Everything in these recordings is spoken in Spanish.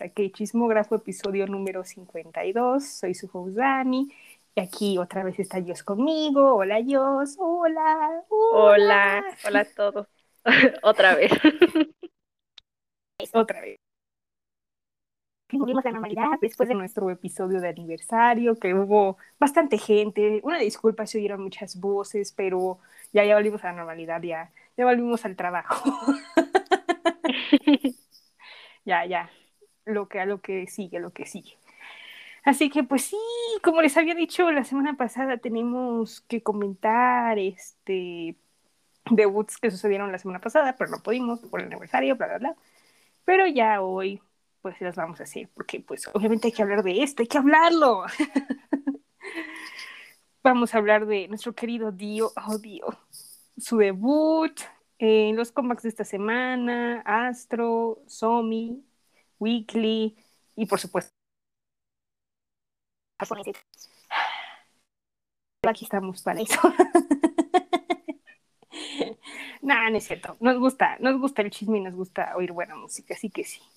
Que Chismógrafo, episodio número 52. Soy su host Dani. Y aquí otra vez está Jos conmigo. Hola Jos, hola, Hola, hola. hola a todos. Otra vez. Otra vez. Volvimos a la normalidad después de nuestro episodio de aniversario, que hubo bastante gente. Una disculpa si oyeron muchas voces, pero ya volvimos a la normalidad, ya volvimos al trabajo. Ya, lo que sigue, lo que sigue. Así que pues sí, como les había dicho la semana pasada, tenemos que comentar debuts que sucedieron la semana pasada, pero no pudimos por el aniversario, bla, bla, bla. Pero ya hoy pues las vamos a hacer, porque pues obviamente hay que hablar de esto, hay que hablarlo. Vamos a hablar de nuestro querido Dio, oh Dio, su debut, los comebacks de esta semana, Astro, Somi, Weekly y por supuesto aquí estamos para eso. Nada, no es cierto. Nos gusta el chisme y nos gusta oír buena música, así que sí.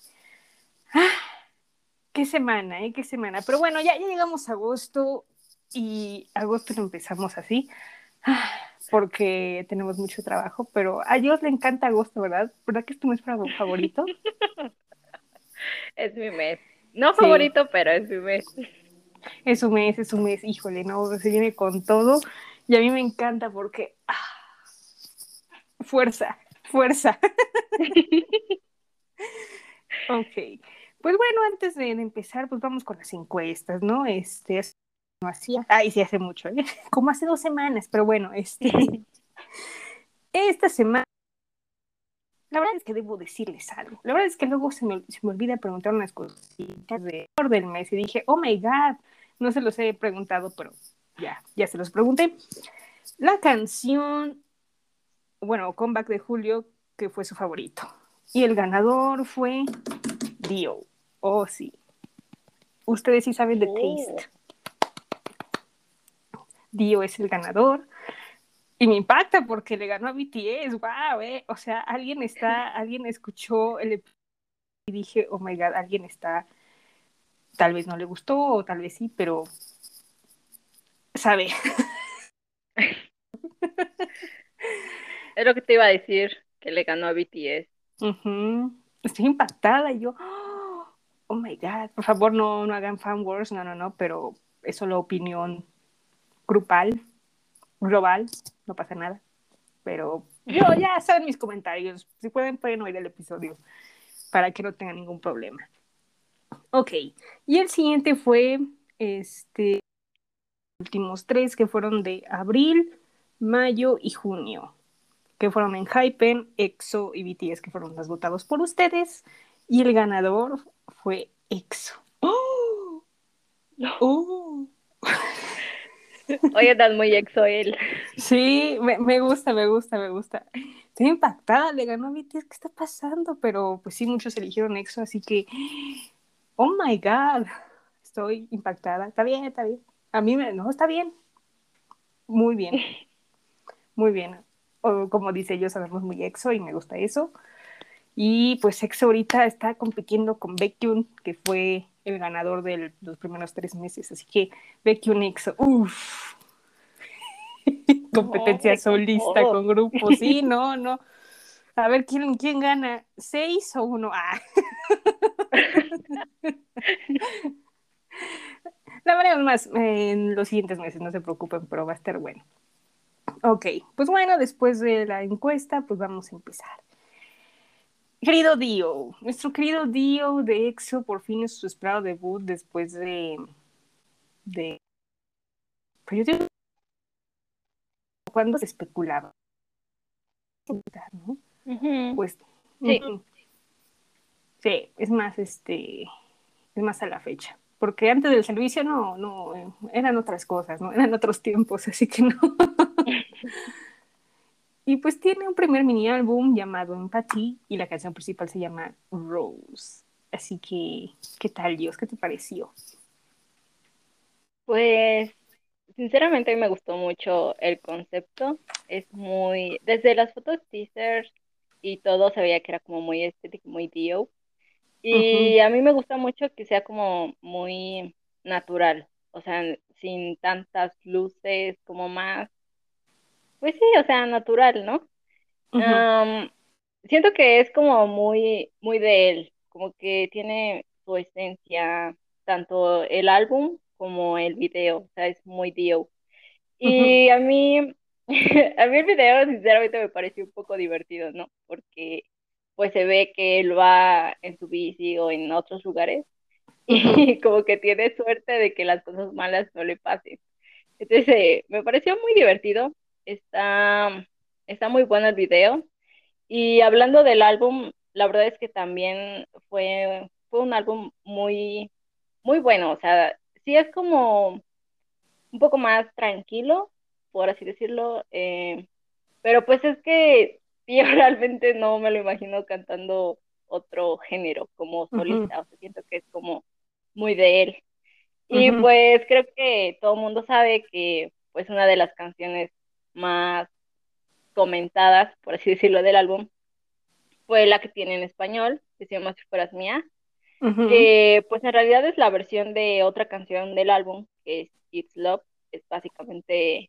Qué semana, ¿eh? Qué semana. Pero bueno, ya llegamos a agosto y agosto lo empezamos así porque tenemos mucho trabajo, pero a Dios le encanta agosto, ¿verdad? ¿Verdad que es tu mes favorito? Es mi mes. No Sí, favorito, pero es mi mes. es un mes, híjole, ¿no? Se viene con todo y a mí me encanta porque fuerza, fuerza. Ok, pues bueno, antes de empezar, pues vamos con las encuestas, ¿no? No hacía, ay, sí, hace mucho, ¿eh? Como hace 2 semanas, pero bueno, esta semana, la verdad es que debo decirles algo. La verdad es que luego se me olvida preguntar unas cositas del mes y dije, oh my God, no se los he preguntado, pero ya se los pregunté. La canción, bueno, comeback de Julio, que fue su favorito. Y el ganador fue Dio. Oh, sí. Ustedes sí saben de Oh. Taste. Dio es el ganador. Y me impacta porque le ganó a BTS, wow, o sea, alguien escuchó y dije, oh my God, alguien está, tal vez no le gustó o tal vez sí, pero sabe. Es lo que te iba a decir, que le ganó a BTS. Uh-huh. Estoy impactada y yo, oh my God, por favor no hagan fan wars, no, pero es solo opinión grupal, global, no pasa nada. Pero yo ya saben mis comentarios, si pueden oír el episodio para que no tengan ningún problema. Ok, y el siguiente fue últimos tres que fueron de abril, mayo y junio, que fueron en Hypen, EXO y BTS, que fueron los votados por ustedes. Y el ganador fue EXO. ¡Oh! ¡Oh! Hoy andas muy exo él. Sí, me gusta, me gusta, me gusta. Estoy impactada, le ganó a BTS, ¿qué está pasando? Pero pues sí, muchos eligieron EXO, así que, oh my God, estoy impactada. Está bien, está bien. No, está bien, muy bien. Muy bien. O, como dice yo, sabemos muy EXO y me gusta eso. Y pues EXO ahorita está compitiendo con Baekhyun, que fue el ganador de los primeros 3 meses. Así que Baekhyun EXO, uff, No, competencia hombre, con solista todo. con grupos. Sí, no. A ver, ¿quién gana? ¿6 o uno? La veremos más en los siguientes meses, no se preocupen, pero va a estar bueno. Ok, pues bueno, después de la encuesta, pues vamos a empezar. Querido Dio, nuestro querido Dio de EXO por fin es su esperado debut después de pero yo digo, cuando se especulaba, ¿no? Ujú. Pues Sí, sí, es más a la fecha, porque antes del servicio no, eran otras cosas, ¿no? Eran otros tiempos, así que no. Y pues tiene un primer mini álbum llamado Empathy y la canción principal se llama Rose. Así que, ¿qué tal, Dios? ¿Qué te pareció? pues sinceramente a mí me gustó mucho el concepto. Es muy, desde las fotos teasers y todo se veía que era como muy estético, muy Dio. Ujú, Y a mí me gusta mucho que sea como muy natural, o sea, sin tantas luces, como más, pues sí, o sea, natural, ¿no? ujú, Am, Siento que es como muy, muy de él, como que tiene su esencia, tanto el álbum como el video, o sea, es muy Dio. ujú, Y a mí, a mí el video sinceramente me pareció un poco divertido, ¿no? Porque pues se ve que él va en su bici o en otros lugares ujú, y como que tiene suerte de que las cosas malas no le pasen. Entonces, me pareció muy divertido, está, está muy bueno el video. Y hablando del álbum, la verdad es que también fue un álbum muy, muy bueno, o sea, sí es como un poco más tranquilo, por así decirlo, pero pues es que yo realmente no me lo imagino cantando otro género como ujú, solista, o sea, siento que es como muy de él. Y ujú, pues creo que todo el mundo sabe que pues una de las canciones más comentadas, por así decirlo, del álbum fue la que tiene en español, que se llama Si fueras mía, ujú, que pues en realidad es la versión de otra canción del álbum, que es It's Love, es básicamente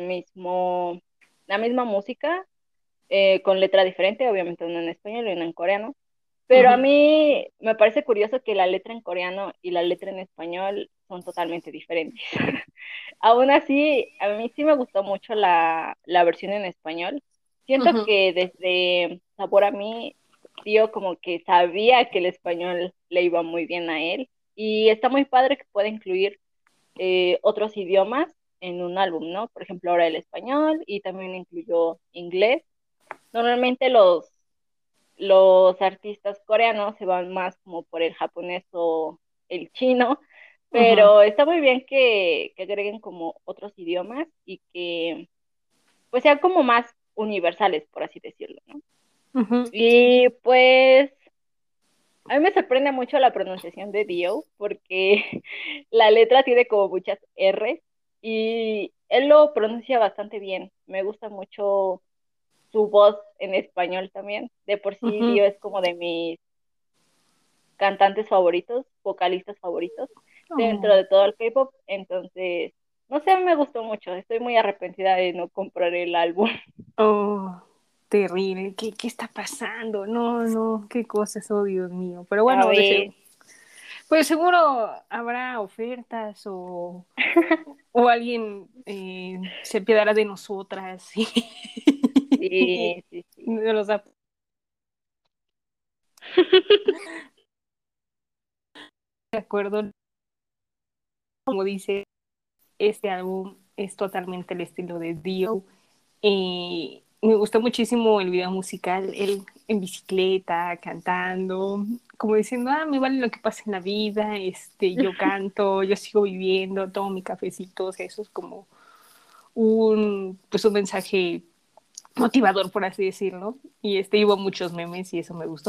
la misma música, con letra diferente, obviamente una en español y una en coreano. Pero a ujú, mí me parece curioso que la letra en coreano y la letra en español son totalmente diferentes. Aún así, a mí sí me gustó mucho la versión en español. Siento ujú, que desde Sabor a mí, Dio como que sabía que el español le iba muy bien a él. Y está muy padre que pueda incluir otros idiomas en un álbum, ¿no? Por ejemplo, ahora el español y también incluyó inglés. Normalmente los artistas coreanos se van más como por el japonés o el chino, ujú, pero está muy bien que agreguen como otros idiomas y que pues sean como más universales, por así decirlo, ¿no? ujú. Y pues a mí me sorprende mucho la pronunciación de Dio porque la letra tiene como muchas R y él lo pronuncia bastante bien. Me gusta mucho su voz en español también. De por sí Ujú. Dio es como de mis cantantes favoritos, vocalistas favoritos dentro Oh, de todo el K-pop. Entonces, no sé, me gustó mucho. Estoy muy arrepentida de no comprar el álbum. oh, terrible. ¿Qué está pasando? No, no, qué cosas, oh Dios mío. Pero A bueno, ver, pues seguro habrá ofertas o alguien se apiadará de nosotras y sí, sí, sí. de los de acuerdo, como dice, este álbum es totalmente el estilo de Dio. Me gustó muchísimo el video musical, él en bicicleta, cantando, como diciendo, me vale lo que pasa en la vida, yo canto, yo sigo viviendo, tomo mi cafecito, o sea, eso es como pues un mensaje motivador, por así decirlo. Y hubo muchos memes y eso me gustó.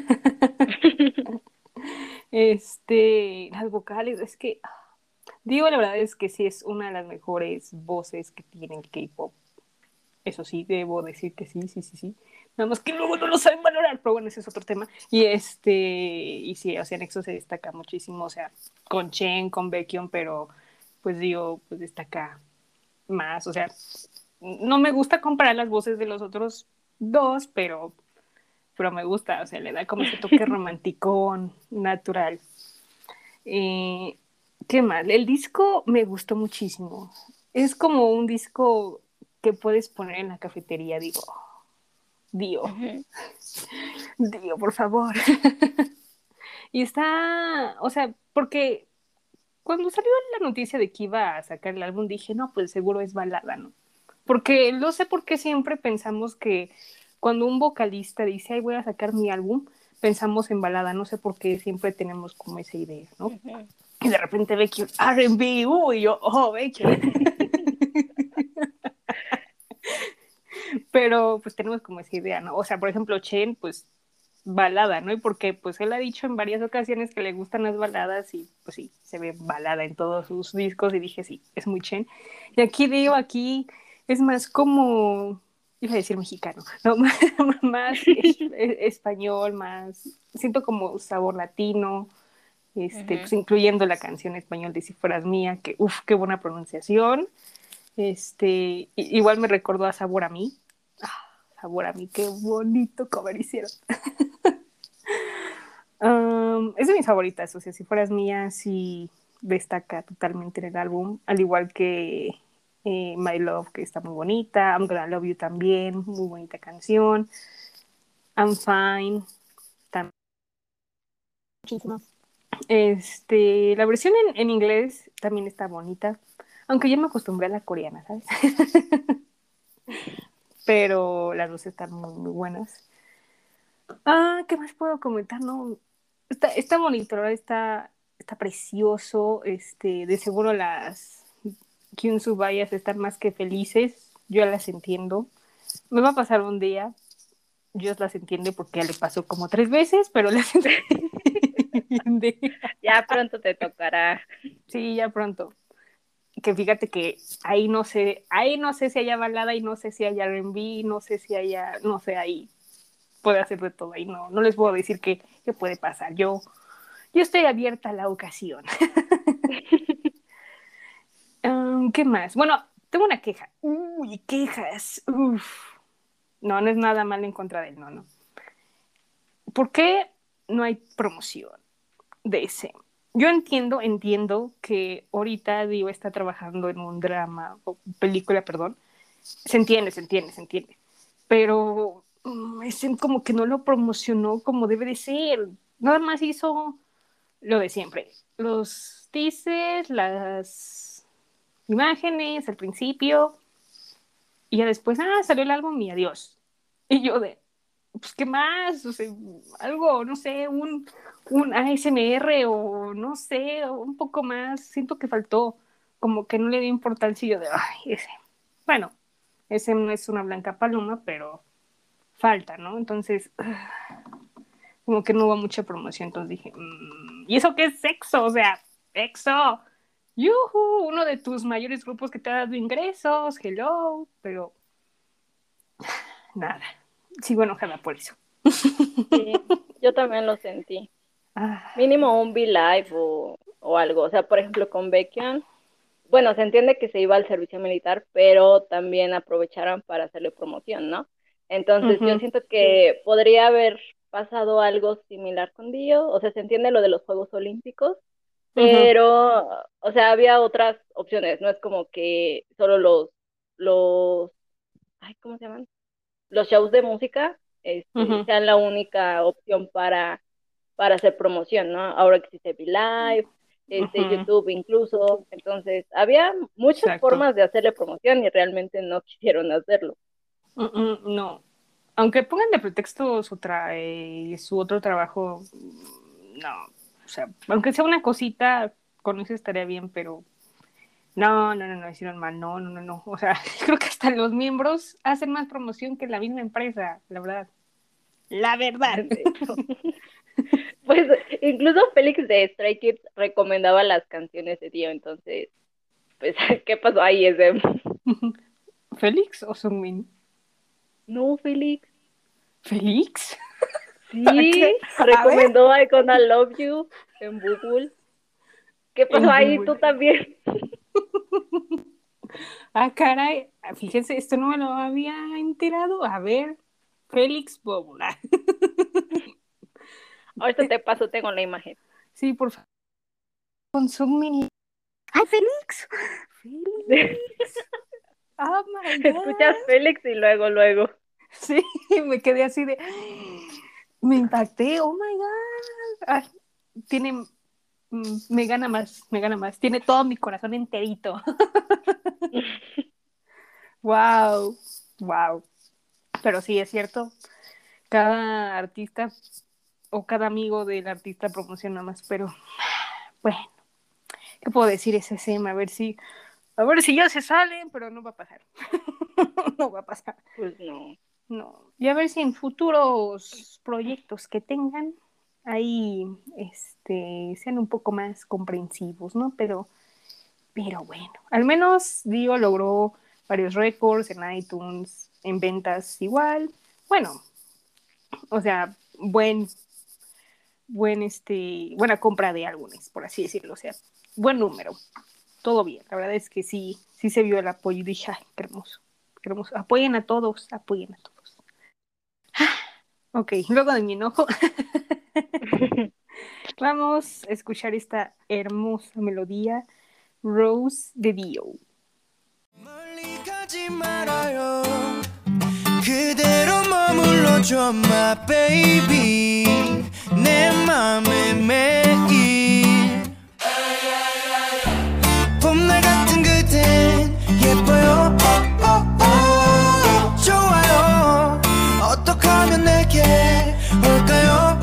Las vocales, es que digo la verdad es que sí es una de las mejores voces que tiene el K-pop. Eso sí, debo decir que sí, sí, sí, sí. Nada más que luego no lo saben valorar, pero bueno, ese es otro tema. Y sí, o sea, Nexo se destaca muchísimo, o sea, con Chen, con Baekhyun, pero pues digo, pues destaca más, o sea, no me gusta comparar las voces de los otros dos, pero me gusta, o sea, le da como ese toque romántico, natural. Eh, ¿Qué más? El disco me gustó muchísimo. Es como un disco que puedes poner en la cafetería, digo, Dio, Ujú, Dio, por favor. Y está, o sea, porque cuando salió la noticia de que iba a sacar el álbum, dije, no, pues seguro es balada, ¿no? Porque no sé por qué siempre pensamos que cuando un vocalista dice, ay, voy a sacar mi álbum, pensamos en balada, no sé por qué siempre tenemos como esa idea, ¿no? ujú. Y de repente Becky, R&B, y yo, oh, Becky. Pero pues tenemos como esa idea, ¿no? O sea, por ejemplo, Chen, pues balada, ¿no? Y porque pues él ha dicho en varias ocasiones que le gustan las baladas y pues sí, se ve balada en todos sus discos y dije, sí, es muy Chen. Y aquí digo, aquí es más como, iba a decir mexicano, no, más español, más, siento como sabor latino, pues incluyendo la canción español de Si Fueras Mía, que uff, qué buena pronunciación. Igual me recordó a Sabor a Mí. Sabor a Mí, qué bonito cover hicieron. Es de mis favoritas, o sea, Si Fueras Mía, sí destaca totalmente en el álbum, al igual que My Love, que está muy bonita, I'm Gonna Love You también, muy bonita canción, I'm Fine, también muchísimo. La versión en inglés también está bonita, aunque ya me acostumbré a la coreana, ¿sabes? Pero las dos están muy, muy buenas. ¿Qué más puedo comentar? No, está bonito, ¿verdad? Está precioso. De seguro las Kyunsubayas están más que felices. Yo las entiendo. Me va a pasar un día. Dios las entiende porque ya le pasó como 3 veces, pero las entiende. Ya pronto te tocará. Sí, ya pronto. Que fíjate que ahí no sé si haya balada y no sé si haya R&B, no sé si haya, no sé, ahí puede hacer de todo, ahí no les puedo decir qué puede pasar. Yo estoy abierta a la ocasión. ¿Qué más? Bueno, tengo una queja. Uy, quejas. Uf. No, no es nada mal en contra de él, no. ¿Por qué no hay promoción de ese? Yo entiendo que ahorita Dio está trabajando en un drama, o película, perdón. Se entiende. Pero ese como que no lo promocionó como debe de ser. Nada más hizo lo de siempre. Los teasers, las imágenes al principio, y ya después, salió el álbum y adiós. Y yo pues, ¿qué más? O sea, algo, no sé, un ASMR o no sé, o un poco más. Siento que faltó, como que no le dio importancia y yo ay, ese. Bueno, ese no es una blanca paloma, pero falta, ¿no? Entonces, como que no hubo mucha promoción, entonces dije, ¿y eso qué es sexo? O sea, sexo. ¡Yuhu! Uno de tus mayores grupos que te ha dado ingresos, hello, pero nada, sigo enojada por eso. Sí, yo también lo sentí. Ah, Mínimo un Be Live o algo. O sea, por ejemplo, con Baekhyun, bueno, se entiende que se iba al servicio militar, pero también aprovecharon para hacerle promoción, ¿no? Entonces yo uh-huh, siento que podría haber pasado algo similar con Dio, o sea, se entiende lo de los Juegos Olímpicos, uh-huh, pero, o sea, había otras opciones, no es como que solo los, ay, ¿cómo se llaman? Los shows de música, uh-huh, sean la única opción para hacer promoción, ¿no? Ahora existe Live, uh-huh, YouTube incluso, entonces había muchas exacto. formas de hacerle promoción y realmente no quisieron hacerlo. No. Aunque pongan de pretexto su otro trabajo, no. O sea, aunque sea una cosita, con eso estaría bien, pero no, hicieron mal, no. O sea, creo que hasta los miembros hacen más promoción que la misma empresa, la verdad. La verdad. De hecho. Pues incluso Félix de Stray Kids recomendaba las canciones de Dio, entonces, pues, ¿qué pasó ahí ese? ¿Félix o Sungmin? No, Félix. ¿Félix? ¿A Sí, qué? A ver, recomendó I Gonna Love You en Google. ¿Qué pasó en ahí Google. tú también? Caray, fíjense, esto no me lo había enterado. A ver, Félix Bóbola. Ahorita te paso, tengo la imagen. Sí, por favor. Con Sungmin. ¡Ay, Félix! ¡Félix! ¡Oh, my Escuchas God! Félix y luego. Sí, me quedé así de... Me impacté, ¡oh, my God! Ay, tiene... me gana más. Tiene todo mi corazón enterito. ¡Wow! ¡Wow! Pero sí, es cierto. Cada artista o cada amigo del artista promociona más, pero bueno, ¿qué puedo decir ese SEM? A ver si ya se salen, pero no va a pasar. No va a pasar. Pues no. No. Y a ver si en futuros proyectos que tengan, ahí sean un poco más comprensivos, ¿no? Pero bueno, al menos Dio logró varios récords en iTunes, en ventas igual. Bueno, o sea, buena compra de álbumes, por así decirlo, o sea, buen número, todo bien. La verdad es que sí se vio el apoyo y dije, ay, qué hermoso, qué hermoso. Apoyen a todos, apoyen a todos. Ok, luego de mi enojo, vamos a escuchar esta hermosa melodía, Rose de Dio. 그대로 머물러줘 my baby 내 맘에 매일 봄날 같은 그댄 예뻐요 좋아요 어떻게 하면 내게 올까요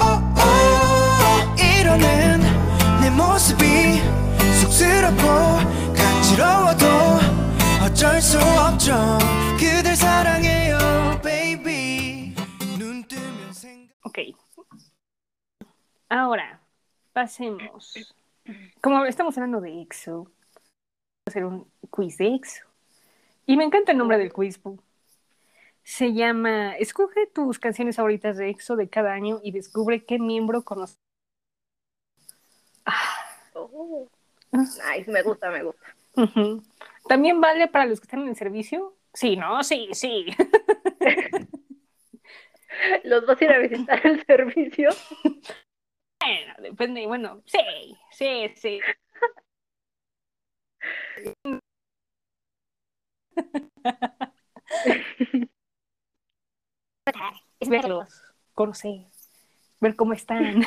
이러는 내 모습이 쑥스럽고 간지러워도 어쩔 수 없죠 그댈 사랑해요 baby 눈 뜨면 생각... Ok, ahora pasemos. Como estamos hablando de EXO, voy a hacer un quiz de EXO. Y me encanta el nombre del quiz. Se llama Escoge tus canciones favoritas de EXO de cada año y descubre qué miembro conoces. Oh, nice, me gusta, me gusta. Uh-huh. ¿También vale para los que están en el servicio? Sí, ¿no? Sí, sí. ¿Los vas a ir a visitar el servicio? Bueno, depende, bueno, sí, sí, sí. Es verlos, conocer, ver cómo están.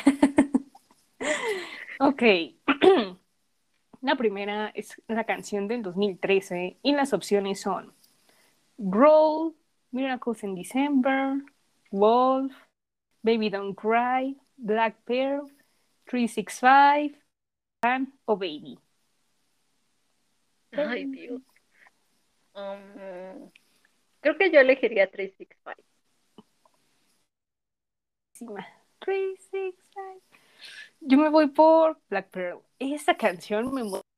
Ok. La primera es la canción del 2013 y las opciones son Growl, Miracles in December, Wolf, Baby Don't Cry, Black Pearl, 365, Fan o Baby. Ay, Dios. Creo que yo elegiría 365. 365. Yo me voy por Black Pearl. Esa canción me motiva.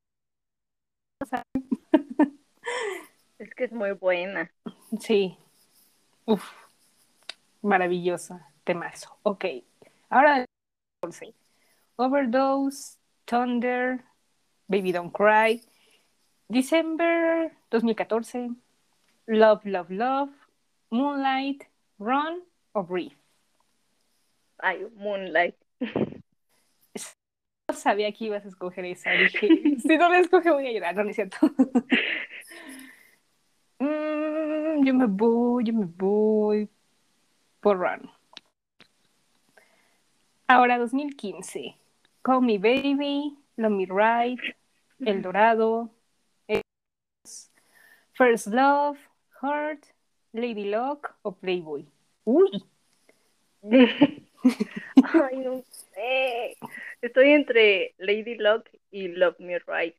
Es que es muy buena. Sí. Uf, maravillosa. Temazo. Ok. Ahora, Overdose, Thunder, Baby Don't Cry, December 2014, Love, Love, Love, Moonlight, Run o Breathe. Ay, Moonlight. No sabía que ibas a escoger esa. Dije, si no la escoge voy a llorar. No, no es cierto. Yo me voy por Run. Ahora 2015. Call Me Baby, Love Me Right, El Dorado, First Love, Heart, Lady Luck o Playboy. Uy. Ay, no sé. Estoy entre Lady Luck y Love Me Right.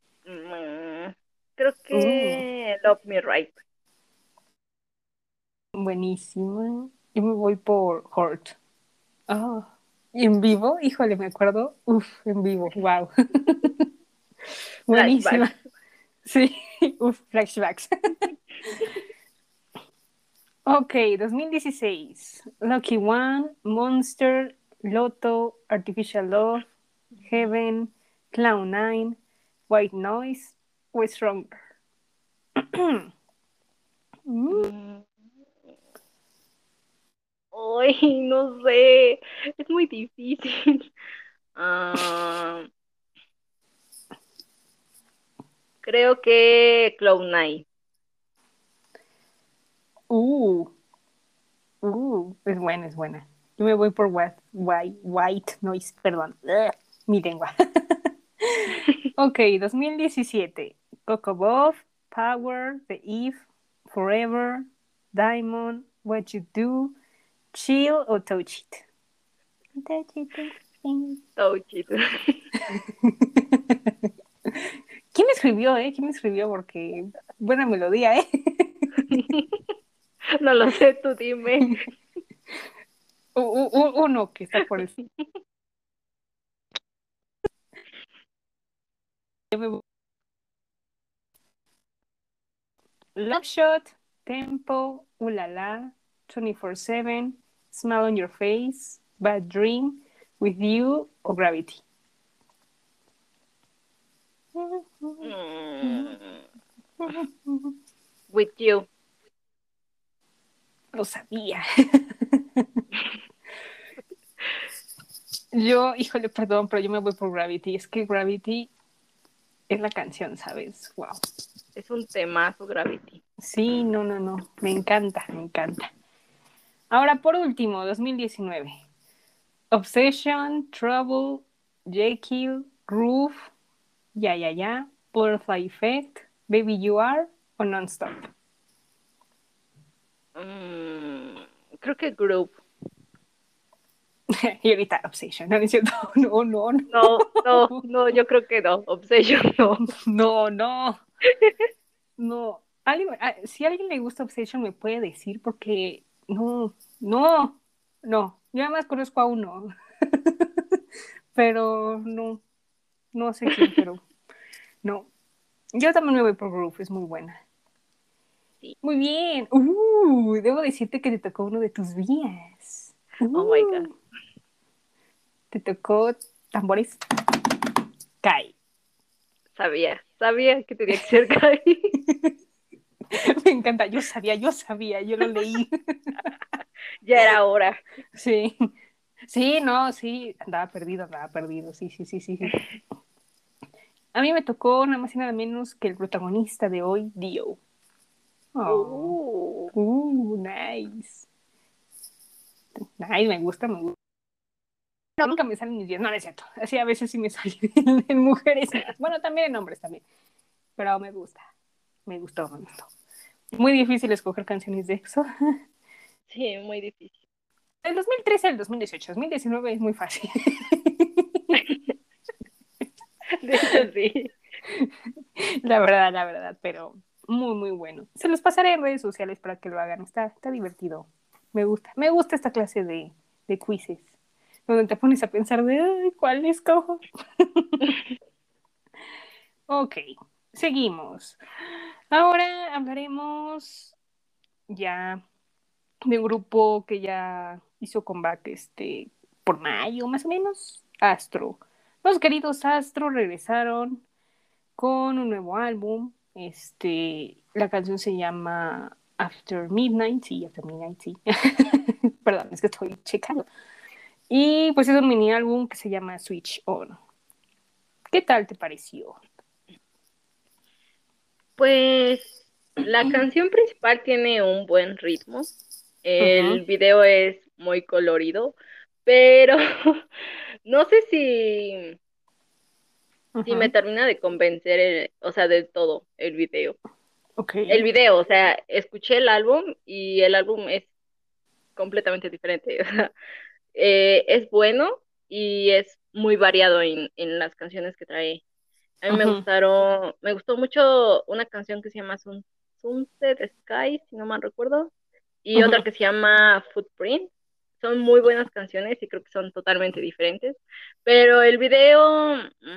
Creo que Love Me Right. Buenísima. Yo me voy por Heart. Oh. ¿Y en vivo? Híjole, me acuerdo. Uf, en vivo. Wow. Buenísima. Flashbacks. Sí, uf, flashbacks. Ok, 2016. Lucky One, Monster, Lotto, Artificial Love, Heaven, Cloud9, White Noise o Stronger. Ay, no sé. Es muy difícil. Ah, creo que Cloud9. Uh, es buena, es buena. Yo me voy por White Noise, perdón. Ugh, mi lengua. Ok, 2017. Coco Bob, Power, The Eve, Forever, Diamond, What You Do, Chill o Touch It. Touch it. Touch it. ¿Quién escribió, ¿Quién escribió? Porque buena melodía, ¿eh? No lo sé, tú dime. Uno que está por el... Love Shot, Tempo, Ooh La La, 24/7, Smile on Your Face, Bad Dream, With You o Gravity. Mm, with you. Lo sabía. Yo, híjole, perdón, pero yo me voy por Gravity. Es que Gravity es la canción, ¿sabes? Wow. Es un temazo, Gravity. Sí, no, no, no. Me encanta, me encanta. Ahora, por último, 2019. Obsession, Trouble, Jekyll, Groove, Ya, Ya, Ya, Butterfly Effect, Baby You Are o Nonstop. Mm, creo que Group. Y ahorita Obsession, no, no es cierto. No, no, No, no, no. no, yo creo que no. Obsession, no. No, no. No. Si a alguien le gusta Obsession, me puede decir porque no, no, no. Yo nada más conozco a uno. Pero no, no sé quién, pero no. Yo también me voy por Groove, es muy buena. Sí. Muy bien. Debo decirte que te tocó uno de tus días. Oh my God. Te tocó tambores. Kai. Sabía que tenía que ser Kai. Me encanta. Yo lo leí. Ya era hora. Sí. Sí, no, sí. Andaba perdido. Sí, sí, sí, sí, sí. A mí me tocó nada más y nada menos que el protagonista de hoy, Dio. Oh. Uh, Nice. Nice, me gusta, me gusta. No, nunca me salen mis días, no, no es cierto. Así a veces sí me salen en mujeres más. Bueno, también en hombres también. Pero me gusta. Me gustó, me gustó. Muy difícil escoger canciones de EXO. sí, muy difícil. Del 2013 al 2018, 2019 es muy fácil. De hecho, sí. La verdad, pero muy, muy bueno. Se los pasaré en redes sociales para que lo hagan. Está divertido. Me gusta esta clase de quizzes, donde te pones a pensar de, ay, ¿cuál escojo? Ok, seguimos. Ahora hablaremos ya de un grupo que ya hizo comeback por mayo, más o menos. Astro. Los queridos Astro regresaron con un nuevo álbum. La canción se llama After Midnight, sí, After Midnight, sí. Perdón, es que estoy checando. Y pues es un mini álbum que se llama Switch On. ¿Qué tal te pareció? Pues la canción principal tiene un buen ritmo. Ujú, El video es muy colorido, pero no sé si me ujú. termina de convencer, o sea, del todo el video. Ok. El video, o sea, escuché el álbum y el álbum es completamente diferente. O sea, es bueno y es muy variado en las canciones que trae. A mí Ujú, me gustó mucho una canción que se llama Sunset Sky, si no mal recuerdo, y otra ujú, que se llama Footprint. Son muy buenas canciones y creo que son totalmente diferentes. Pero el video,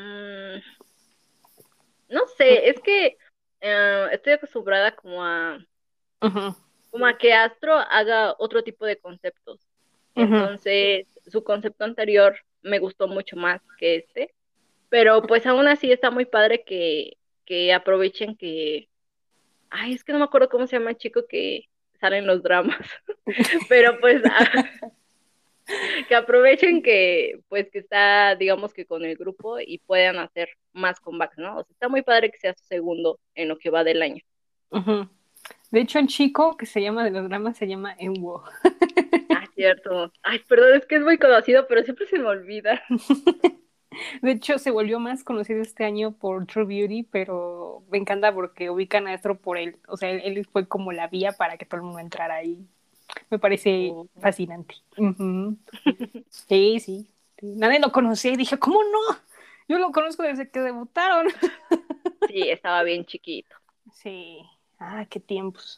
no sé, es que estoy acostumbrada ujú, como a que Astro haga otro tipo de conceptos. ujú, Entonces, su concepto anterior me gustó mucho más que este. Pero pues aún así está muy padre que aprovechen que, ay, es que no me acuerdo cómo se llama el chico que sale en los dramas, pero pues que aprovechen que pues que está, digamos que con el grupo y puedan hacer más comebacks, ¿no? O sea, está muy padre que sea su segundo en lo que va del año. ujú. De hecho, el chico que se llama de los dramas se llama Enwo. Ah, cierto. Ay, perdón, es que es muy conocido, pero siempre se me olvida. De hecho, se volvió más conocido este año por True Beauty, pero me encanta porque ubican a Astro por él. O sea, él fue como la vía para que todo el mundo entrara ahí. Me parece Oh. fascinante. Ujú. Sí, sí, sí. Nadie lo conocía y dije, ¿cómo no? Yo lo conozco desde que debutaron. Sí, estaba bien chiquito. Sí, qué tiempos.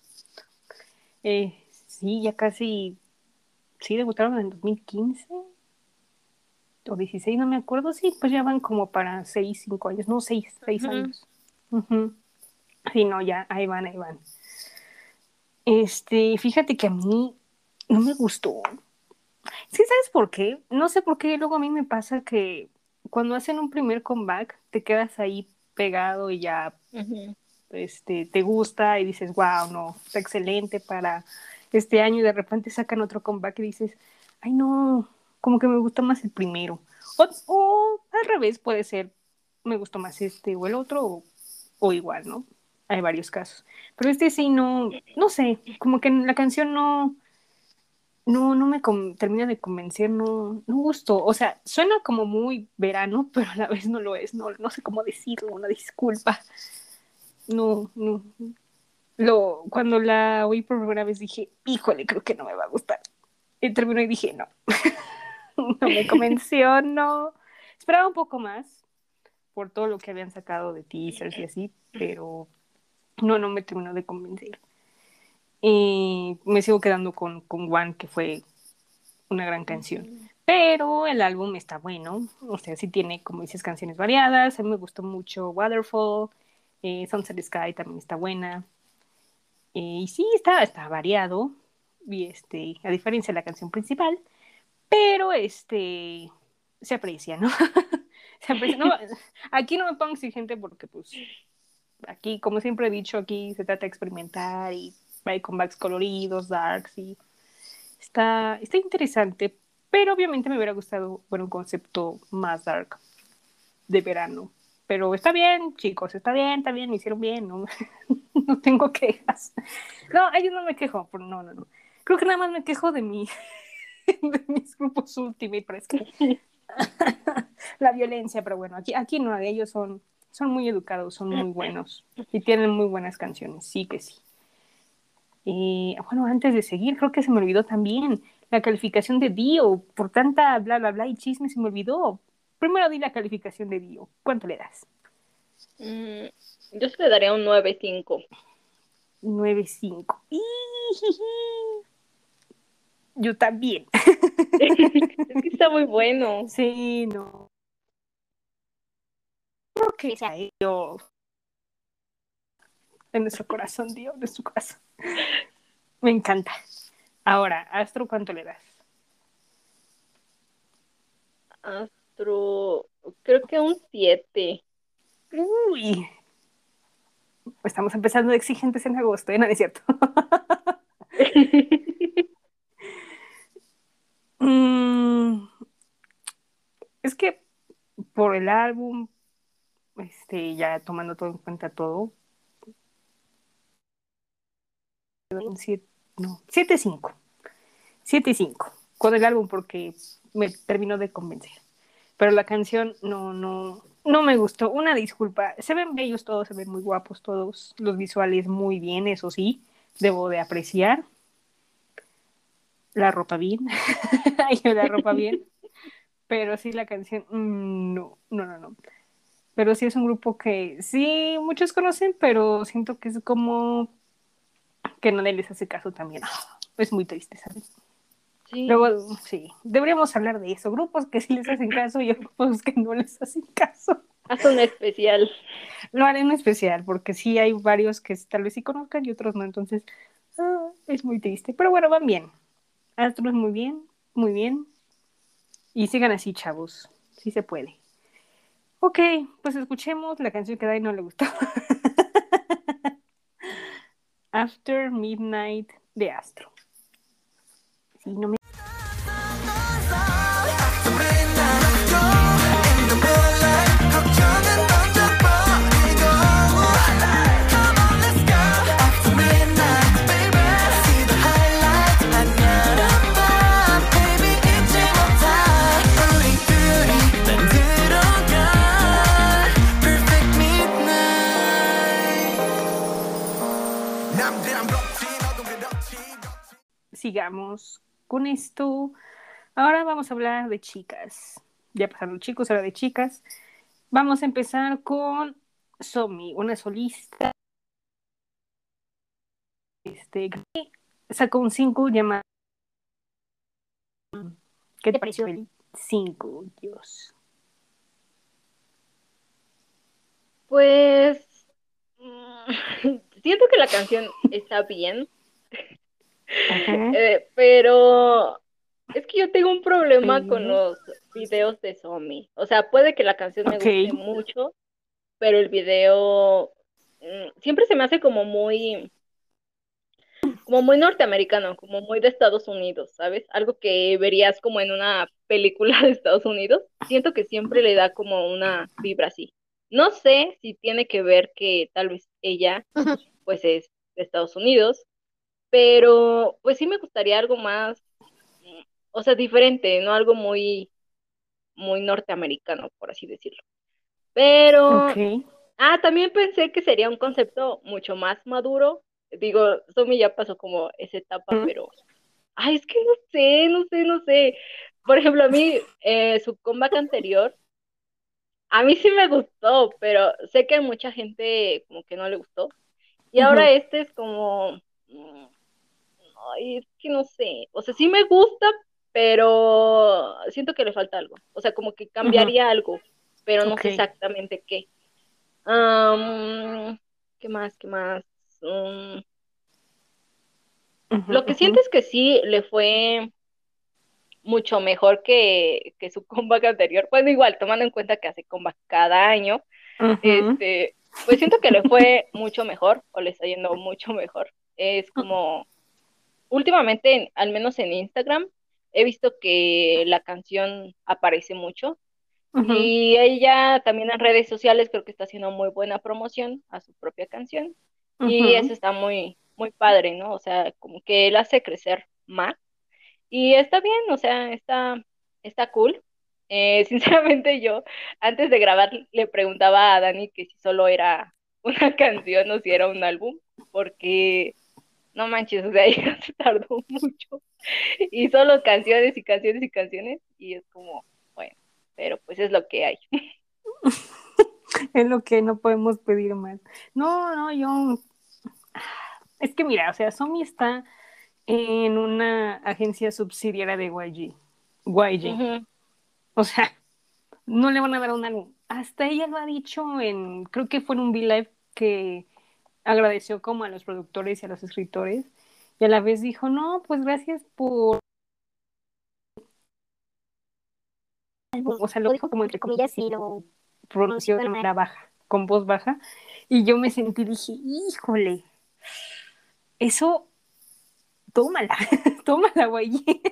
Sí, ya casi, sí, debutaron en 2015 o 16, no me acuerdo. Sí, pues ya van como para 6, 5 años, no, 6 Ujú. años. Ujú. Sí, no, ya, ahí van, ahí van. Fíjate que a mí no me gustó. Sí, ¿sabes por qué? No sé por qué luego a mí me pasa que cuando hacen un primer comeback te quedas ahí pegado y ya Ujú. te gusta y dices, wow, no, está excelente para este año y de repente sacan otro comeback y dices, ay no, como que me gusta más el primero. O al revés, puede ser, me gustó más este o el otro o igual, ¿no? Hay varios casos. Pero este sí, no, no sé, como que la canción no me termina de convencer, no gustó. O sea, suena como muy verano, pero a la vez no lo es, no sé cómo decirlo, una disculpa. No. Cuando la oí por primera vez dije, híjole, creo que no me va a gustar. Y terminó y dije, no, no me convenció, no. Esperaba un poco más por todo lo que habían sacado de teasers y así, pero no me terminó de convencer. Y me sigo quedando con One, que fue una gran canción. Ujú. Pero el álbum está bueno, o sea, sí tiene, como dices, canciones variadas. A mí me gustó mucho Waterfall, Sunset Sky también está buena. Y sí, está variado, y a diferencia de la canción principal, pero se aprecia, ¿no? Se aprecia. No, aquí no me pongo exigente porque, pues, aquí, como siempre he dicho, aquí se trata de experimentar y hay comebacks coloridos, darks, y está interesante, pero obviamente me hubiera gustado, bueno, un concepto más dark de verano. Pero está bien, chicos, está bien, me hicieron bien, no, no tengo quejas. No, ellos no me quejo, no. Creo que nada más me quejo de mis grupos Ultimate, pero es que la violencia, pero bueno, aquí no, ellos son muy educados, son muy buenos y tienen muy buenas canciones, sí que sí. Y bueno, antes de seguir, creo que se me olvidó también la calificación de Dio. Por tanta bla, bla, bla y chisme se me olvidó. Primero di la calificación de Dio. ¿Cuánto le das? Mm, yo se le daría un 9.5. 9.5. Yo también. Es que está muy bueno. Sí, no. Creo que sea Dio. En nuestro corazón, Dio, en nuestro corazón. Me encanta. Ahora, Astro, ¿cuánto le das? Astro, creo que un 7. Uy, estamos empezando de exigentes en agosto, ¿eh? No, no es cierto. Mm, es que por el álbum, ya tomando todo en cuenta todo, un no, 7.5. 7.5 con el álbum porque me terminó de convencer. Pero la canción no me gustó. Una disculpa. Se ven bellos todos, se ven muy guapos todos. Los visuales muy bien, eso sí, debo de apreciar. La ropa bien. La ropa bien. Pero sí la canción, no. Pero sí es un grupo que sí muchos conocen, pero siento que es como que nadie les hace caso también. Es muy triste, ¿sabes? Sí, Luego, sí, deberíamos hablar de eso. Grupos que sí les hacen caso y grupos que no les hacen caso. haz un especial. Lo haré en especial, porque sí hay varios que tal vez sí conozcan y otros no, entonces es muy triste. Pero bueno, van bien. Astros muy bien, muy bien. Y sigan así, chavos. Sí se puede. Ok, pues escuchemos la canción que a Dai no le gustó. After Midnight de Astro. Sí, no me... Sigamos con esto. Ahora vamos a hablar de chicas. Ya pasaron chicos, ahora de chicas. Vamos a empezar con Somi, una solista que sacó un single llamado ¿Qué te pareció el single, Dios? Pues siento que la canción está bien. Ajá. Pero es que yo tengo un problema con Ok. los videos de Somi. O sea, puede que la canción me Ok. guste mucho, pero el video siempre se me hace como muy norteamericano, como muy de Estados Unidos, ¿sabes? Algo que verías como en una película de Estados Unidos. Siento que siempre le da como una vibra así. No sé si tiene que ver que tal vez ella Ujú. pues es de Estados Unidos, pero pues sí me gustaría algo más, mm, o sea, diferente, no algo muy norteamericano, por así decirlo. Ok. Pero, también pensé que sería un concepto mucho más maduro. Digo, Somi ya pasó como esa etapa, Ujú. pero, es que no sé. Por ejemplo, a mí, su comeback anterior, a mí sí me gustó, pero sé que a mucha gente como que no le gustó. Y ahora Ujú. este es como, es que no sé, o sea, sí me gusta, pero siento que le falta algo. O sea, como que Ujú. cambiaría algo, pero no Ok. sé exactamente qué. Am, ¿Qué más? ¿Qué más? Mm, Ujú. lo que Ujú. siento es que sí le fue mucho mejor que su comeback anterior. Bueno, igual, tomando en cuenta que hace comeback cada año, Ujú. este, pues siento que le fue mucho mejor, o le está yendo mucho mejor. Es como, últimamente, al menos en Instagram, he visto que la canción aparece mucho. Ujú. Y ella también en redes sociales creo que está haciendo muy buena promoción a su propia canción. Y Ujú. eso está muy padre, ¿no? O sea, como que él hace crecer más. Y está bien, o sea, está cool. Sinceramente yo, antes de grabar, le preguntaba a Dani que si solo era una canción o si era un álbum, porque no manches, o sea, ella se tardó mucho. Y solo canciones y canciones y canciones. Y es como, bueno, pero pues es lo que hay. Es lo que no podemos pedir más. No, no, yo. Es que mira, o sea, Somi está en una agencia subsidiaria de YG. YG. Ujú, O sea, no le van a dar un álbum. Hasta ella lo ha dicho en, creo que fue en un V-Live que agradeció como a los productores y a los escritores. Y a la vez dijo, no, pues gracias por. O sea, lo dijo como entre comillas y lo pronunció de manera baja, con voz baja. Y yo me sentí, dije, híjole, eso, tómala, tómala, güey.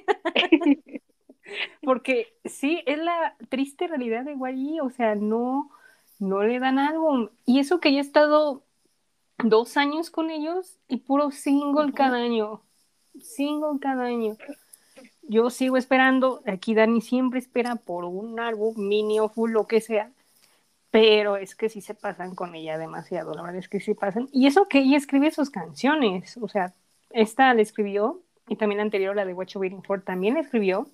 Porque sí, es la triste realidad de YG, o sea, no, no le dan álbum. Y eso que ya he estado 2 años con ellos y puro single ujú. cada año, single cada año. Yo sigo esperando, aquí Dani siempre espera por un álbum mini o full, lo que sea, pero es que sí se pasan con ella demasiado, la verdad es que sí pasan. Y eso que ella escribe sus canciones, o sea, esta la escribió y también la anterior, la de What You Waiting For, también la escribió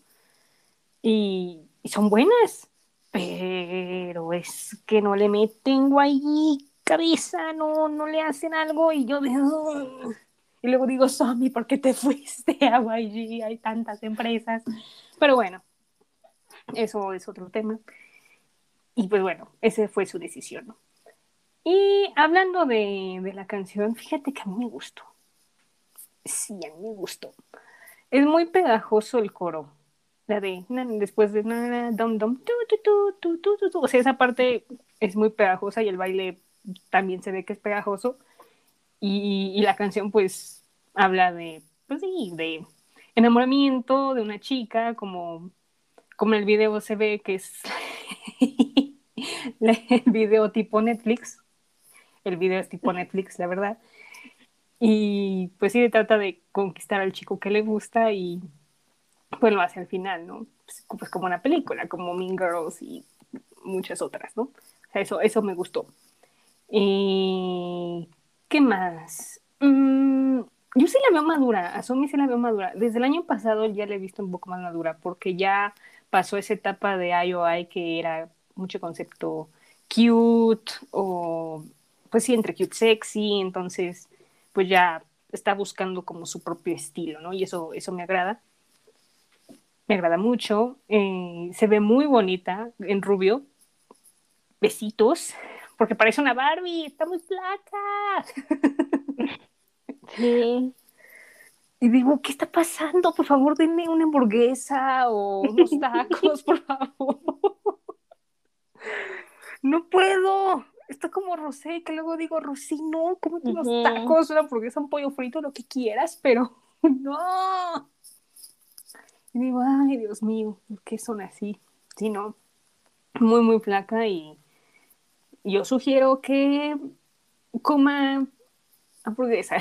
y son buenas, pero es que no le meten guay cabeza, no, no le hacen algo y yo de... Y luego digo, Somi, ¿por qué te fuiste a YG? Hay tantas empresas. Pero bueno, eso es otro tema. Y pues bueno, esa fue su decisión, ¿no? Y hablando de la canción, fíjate que a mí me gustó. Sí, a mí me gustó. Es muy pegajoso el coro. La de después de dum dum tu. O sea, esa parte es muy pegajosa y el baile también se ve que es pegajoso. Y la canción, pues, habla de, pues sí, de enamoramiento de una chica, como en el video se ve que es el video tipo Netflix. El video es tipo Netflix, la verdad. Y pues sí, trata de conquistar al chico que le gusta y pues lo hace al final, ¿no? Pues como una película, como Mean Girls y muchas otras, ¿no? O sea, eso me gustó. ¿Qué más? Yo sí la veo madura, a Sumi sí la veo madura. Desde el año pasado ya la he visto un poco más madura, porque ya pasó esa etapa de IOI que era mucho concepto cute o, pues sí, entre cute sexy, entonces pues ya está buscando como su propio estilo, ¿no? Y eso me agrada mucho. Se ve muy bonita en rubio, besitos, porque parece una Barbie, está muy flaca. Sí. Y digo, ¿qué está pasando? Por favor, denme una hamburguesa o unos tacos, por favor. No puedo. Está como Rosé, que luego digo, Rosé, no, cómete unos Ujú. tacos, una hamburguesa, un pollo frito, lo que quieras, pero no. Y digo, ay, Dios mío, ¿por qué son así? Sí, no, muy, muy flaca y yo sugiero que coma hamburguesa.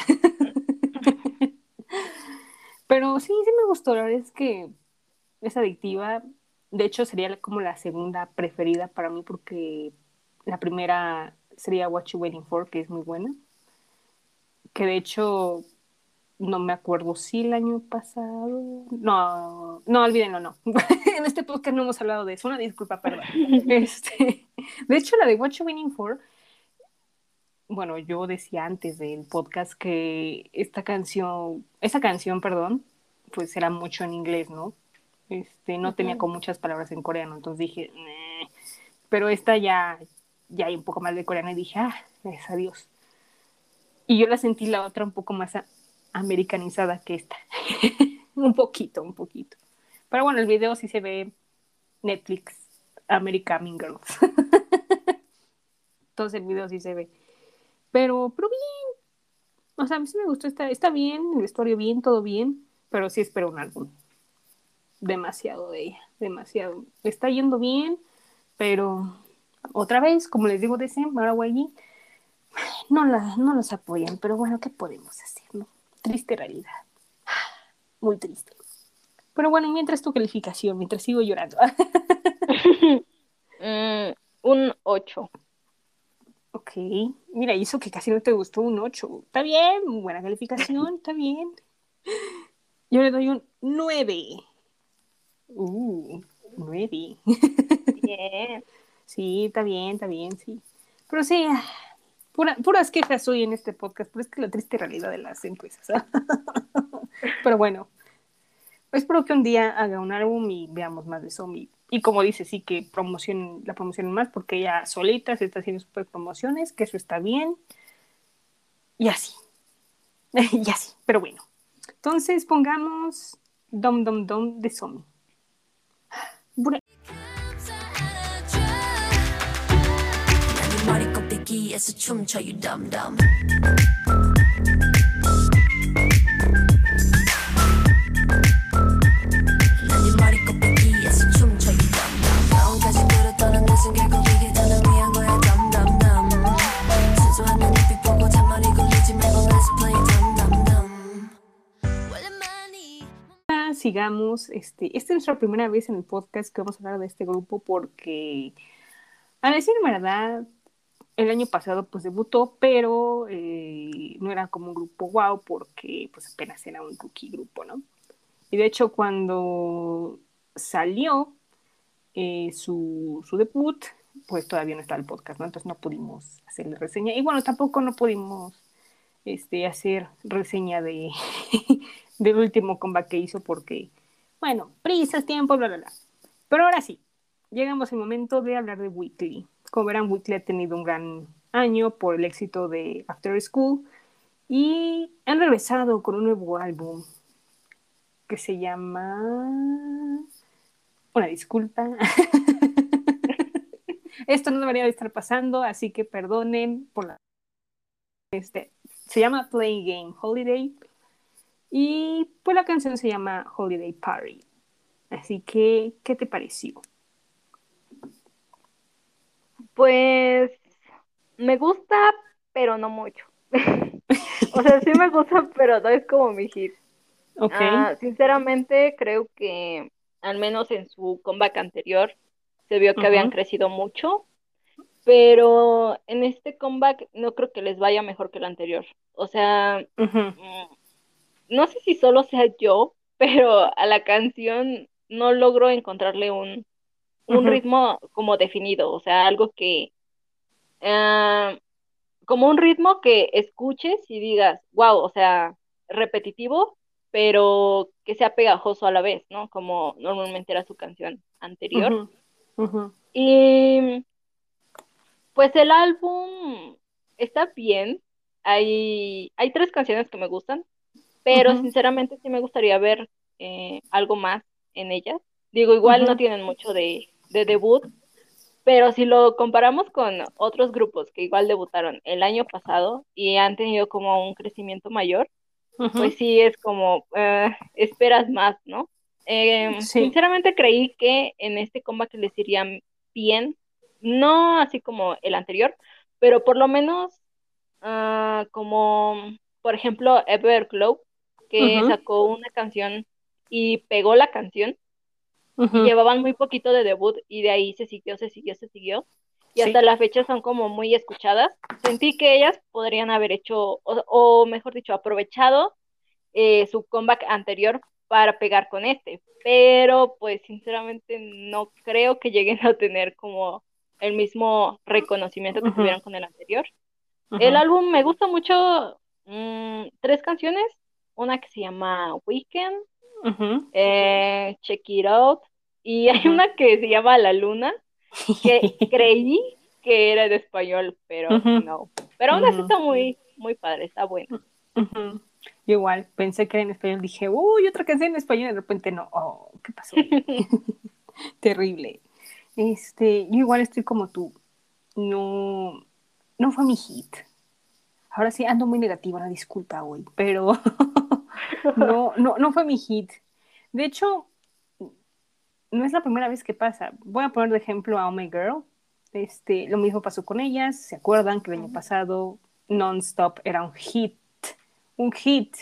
Pero sí, sí me gustó, la verdad es que es adictiva. De hecho, sería como la segunda preferida para mí porque la primera sería What You Waiting For, que es muy buena. Que de hecho, no me acuerdo si el año pasado. No, no, olvídenlo, no. En este podcast no hemos hablado de eso. Una disculpa, perdón. De hecho, la de What You Waiting For, bueno, yo decía antes del podcast que esa canción, perdón, pues era mucho en inglés, ¿no? No tenía Ujú. con muchas palabras en coreano, entonces dije, "Nah". Pero esta ya hay un poco más de coreano y dije, gracias a Dios. Y yo la sentí la otra un poco más americanizada que esta. Un poquito, un poquito. Pero bueno, el video sí se ve Netflix, American Girls. Entonces el video sí se ve. Pero bien, o sea, a mí sí me gustó, está bien, el vestuario bien, todo bien, pero sí espero un álbum. Demasiado de ella, demasiado. Está yendo bien, pero otra vez, como les digo de Sem, ahora YG, no los apoyan, pero bueno, ¿qué podemos hacer, no? Triste realidad, muy triste. Pero bueno, mientras tu calificación, mientras sigo llorando. Mm, un 8. Ok, mira, hizo que casi no te gustó un 8. Está bien, buena calificación, está bien. Yo le doy un 9. 9. Bien. Sí, está bien, sí. Pero sí, puras quejas hoy en este podcast, pero es que la triste realidad de las empresas. Pero bueno, espero que un día haga un álbum y veamos más de Zombie. Y como dice, sí que la promocionen más porque ella solita se está haciendo super promociones, que eso está bien. Y así, y así. Pero bueno, entonces pongamos Dom Dom Dom de Zombie. 머리 꼭대기에서 춤춰 you dumb dumb 난 네 머리 꼭대기에서 춤춰 you dumb dumb 마음까지 끌어떠는 늦은 결국 이게 다 널 위한 거야 dumb dumb dumb 순수한 내 눈빛 보고 잔머리 굴리지 말고 let's play dumb dumb dumb. Sigamos, esta es nuestra primera vez en el podcast que vamos a hablar de este grupo porque, a decir verdad, el año pasado pues debutó, pero no era como un grupo wow porque pues apenas era un rookie grupo, ¿no? Y de hecho cuando salió su debut, pues todavía no estaba el podcast, ¿no? Entonces no pudimos hacerle reseña. Y bueno, tampoco no pudimos hacer reseña del último comeback que hizo porque, bueno, prisas, tiempo, bla, bla, bla. Pero ahora sí, llegamos al momento de hablar de Weekly. Como verán, Weekly ha tenido un gran año por el éxito de After School y han regresado con un nuevo álbum que se llama... Una disculpa. Esto no debería de estar pasando, así que perdonen por la... Se llama Play Game Holiday y pues la canción se llama Holiday Party. Así que, ¿qué te pareció? Pues me gusta, pero no mucho. O sea, sí me gusta, pero no es como mi hit. Ok. Sinceramente, creo que al menos en su comeback anterior se vio que habían Uh-huh. crecido mucho, pero en este comeback no creo que les vaya mejor que el anterior. O sea, Uh-huh. mm, no sé si solo sea yo, pero a la canción no logro encontrarle un Uh-huh. ritmo como definido, o sea, algo que, ah, como un ritmo que escuches y digas, wow, o sea, repetitivo, pero que sea pegajoso a la vez, ¿no? Como normalmente era su canción anterior. Uh-huh. Uh-huh. Y pues el álbum está bien. Hay tres canciones que me gustan. pero Ujú, sinceramente sí me gustaría ver algo más en ellas. Digo, igual no ujú, tienen mucho de debut, pero si lo comparamos con otros grupos que igual debutaron el año pasado y han tenido como un crecimiento mayor, pues ujú. sí es como esperas más, ¿no? Sí. Sinceramente creí que en este comeback les iría bien, no así como el anterior, pero por lo menos como por ejemplo Everglow, que Ujú, sacó una canción y pegó la canción y ujú. llevaban muy poquito de debut y de ahí se siguió, se siguió, se siguió y hasta Sí. la fecha son como muy escuchadas. Sentí que ellas podrían haber hecho, o mejor dicho, aprovechado su comeback anterior para pegar con este, pero pues sinceramente no creo que lleguen a tener como el mismo reconocimiento que Ujú, tuvieron con el anterior. El ujú, álbum me gusta mucho, tres canciones, una que se llama Weekend, ujú, Check It Out, y hay ujú. una que se llama La Luna, que creí que era de español, pero Ujú, no. Pero aún así ujú, está muy, muy padre, está buena. ujú. Yo igual, pensé que era en español, dije, uy, otra canción en español, y de repente no, oh, ¿qué pasó ahí? Terrible. Yo igual estoy como tú, no, no fue mi hit. Ahora sí ando muy negativa, una disculpa hoy, pero no fue mi hit. De hecho, no es la primera vez que pasa. Voy a poner de ejemplo a Oh My Girl. Lo mismo pasó con ellas. ¿Se acuerdan que el año Ujú. pasado Non-Stop era un hit? Un hit.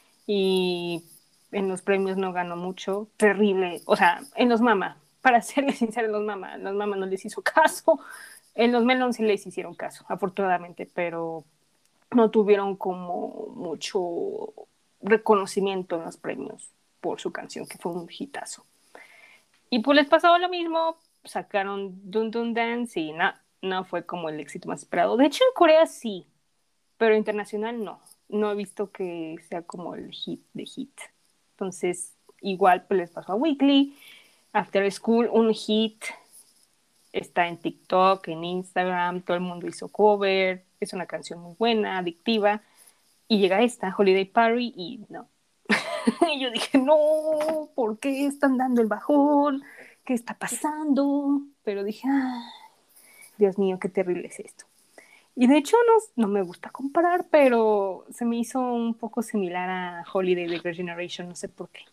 Y en los premios no ganó mucho. Terrible. O sea, en los Mama. Para serles sincera, en los Mama no les hizo caso. En los Melon sí les hicieron caso, afortunadamente, pero no tuvieron como mucho reconocimiento en los premios por su canción, que fue un hitazo. Y pues les pasó lo mismo, sacaron Dun Dun Dance y no fue como el éxito más esperado. De hecho, en Corea sí, pero internacional no. No he visto que sea como el hit de hit. Entonces, igual pues les pasó a Weekly, After School, un hit, está en TikTok, en Instagram, todo el mundo hizo cover, es una canción muy buena, adictiva, y llega esta, Holiday Party, y no. Y yo dije, no, ¿por qué están dando el bajón? ¿Qué está pasando? Pero dije, ah, Dios mío, qué terrible es esto. Y de hecho no me gusta comparar, pero se me hizo un poco similar a Holiday de Girl Generation, no sé por qué.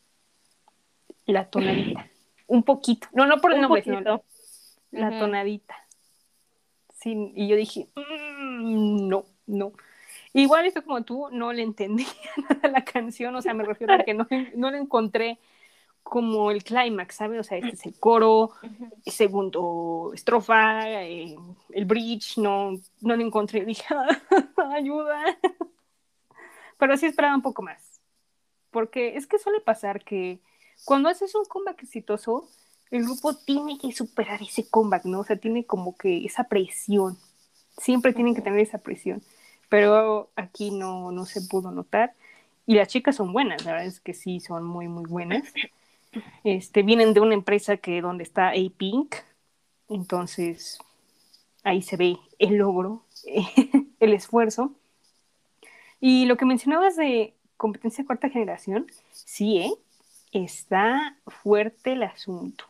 La tonadita. Un poquito. No, no por el Un nombre, sino poquito. la Ujú. tonadita. Sí, y yo dije, no. Igual esto como tú, no le entendí nada a la canción, o sea, me refiero a que no le encontré como el clímax, ¿sabes? O sea, este es el coro, Ujú. el segundo estrofa, el bridge, no lo encontré. Dije, ayuda. Pero sí esperaba un poco más. Porque es que suele pasar que cuando haces un comeback exitoso, el grupo tiene que superar ese comeback, ¿no? O sea, tiene como que esa presión. Siempre tienen que Ujú. tener esa presión. Pero aquí no se pudo notar. Y las chicas son buenas, la verdad es que sí, son muy, muy buenas. Vienen de una empresa que donde está A-Pink, entonces ahí se ve el logro, el esfuerzo. Y lo que mencionabas de competencia de cuarta generación, sí, está fuerte el asunto,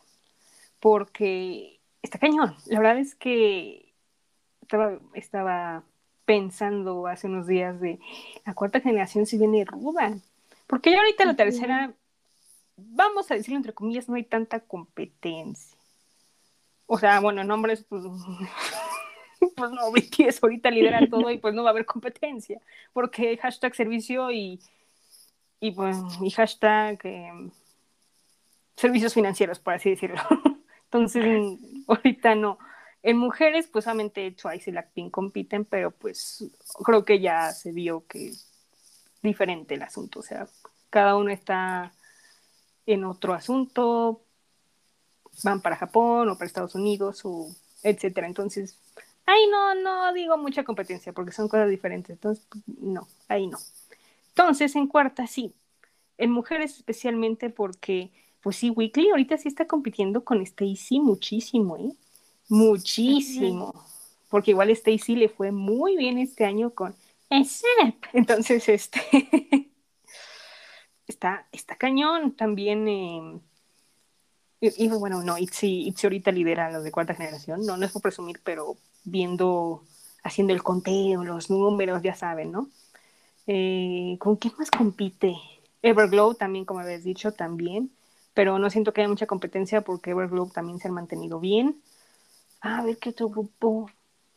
porque está cañón. La verdad es que estaba pensando hace unos días de la cuarta generación si viene ruda, porque ya ahorita la Ujú. tercera, vamos a decirlo entre comillas, no hay tanta competencia. O sea, bueno, nombres, pues, pues no, BTS ahorita lidera todo y pues no va a haber competencia, porque hashtag servicio y pues, y hashtag servicios financieros, por así decirlo. Entonces, ahorita no. En mujeres, pues solamente Twice y Blackpink compiten, pero pues creo que ya se vio que es diferente el asunto, o sea, cada uno está en otro asunto, van para Japón o para Estados Unidos o etcétera. Entonces, ahí no digo mucha competencia porque son cosas diferentes. Entonces, no, ahí no. Entonces, en cuarta, sí. En mujeres especialmente porque, pues sí, Weekly ahorita sí está compitiendo con Stacy muchísimo, ¿eh? Ujú. Muchísimo. Porque igual Stacy le fue muy bien este año con Entonces, está cañón. También, y bueno, no, ITZY ahorita lidera los de cuarta generación. No es por presumir, pero haciendo el conteo, los números, ya saben, ¿no? ¿Con quién más compite? Everglow también, como habéis dicho, también. Pero no siento que haya mucha competencia porque Everglow también se han mantenido bien. A ver, ¿qué otro grupo?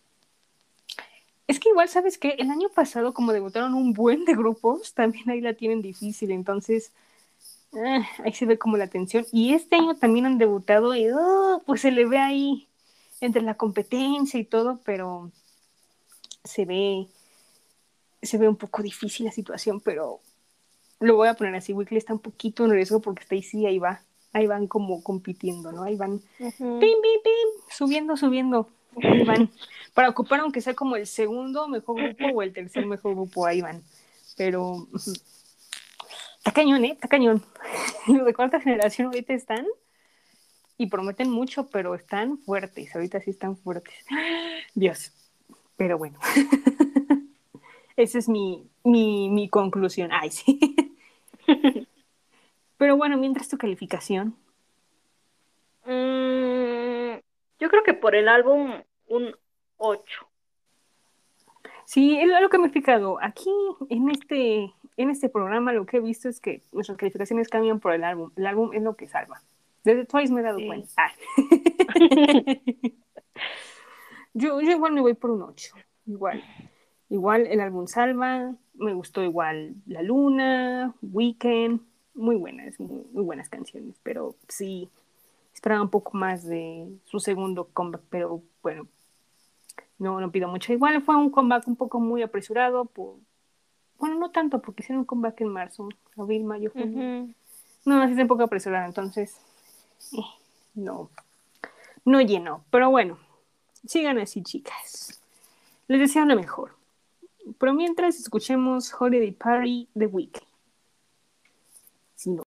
Es que igual, ¿sabes qué? El año pasado, como debutaron un buen de grupos, también ahí la tienen difícil. Entonces, ahí se ve como la tensión. Y este año también han debutado y pues se le ve ahí entre la competencia y todo, pero se ve un poco difícil la situación, pero lo voy a poner así. Weekly está un poquito en riesgo porque Stacy ahí van como compitiendo, ¿no? Ahí van Ujú. pim, pim, pim, subiendo, ahí van. Para ocupar aunque sea como el segundo mejor grupo o el tercer mejor grupo, ahí van. Pero está cañón, está cañón. Los de cuarta generación ahorita están y prometen mucho, pero están fuertes, ahorita sí están fuertes. Dios, pero bueno. Esa es mi conclusión. Ay, sí. Pero bueno, mientras tu calificación. Mm, yo creo que por el álbum un 8. Sí, es lo que me he fijado. Aquí en este programa lo que he visto es que nuestras calificaciones cambian por el álbum. El álbum es lo que salva. Desde Twice me he dado Sí. cuenta. Yo igual me voy por un 8. Igual. Igual el álbum salva. Me gustó igual La Luna, Weekend. Muy buenas, muy buenas canciones. Pero sí, esperaba un poco más de su segundo comeback. Pero bueno, no pido mucho. Igual fue un comeback un poco muy apresurado bueno, no tanto, porque hicieron un comeback en marzo, abril, mayo, junio. Ujú. No, así es un poco apresurado, entonces eh, no, no llenó. Pero bueno, sigan así, chicas. Les deseo lo mejor. Pero mientras escuchemos Holiday Party The Weeknd. Si no.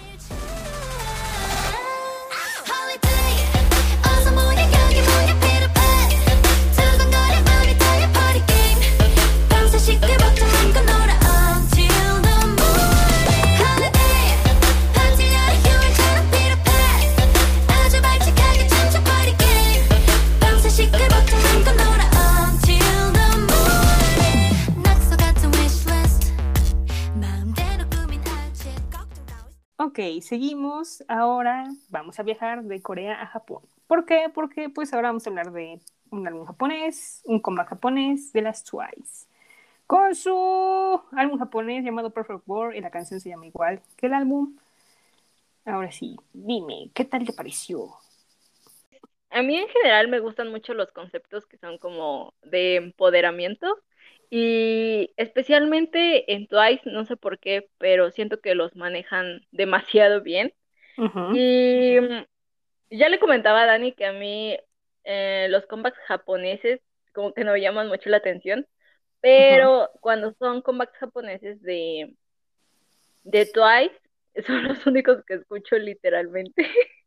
Ok, seguimos. Ahora vamos a viajar de Corea a Japón. ¿Por qué? Porque pues ahora vamos a hablar de un álbum japonés, un comeback japonés de las Twice. Con su álbum japonés llamado Perfect World y la canción se llama igual que el álbum. Ahora sí, dime, ¿qué tal te pareció? A mí en general me gustan mucho los conceptos que son como de empoderamiento y especialmente en Twice, no sé por qué, pero siento que los manejan demasiado bien. Ujú, Y ya le comentaba a Dani que a mí los comebacks japoneses como que no me llaman mucho la atención, ujú. pero cuando son comebacks japoneses de Twice, son los únicos que escucho literalmente.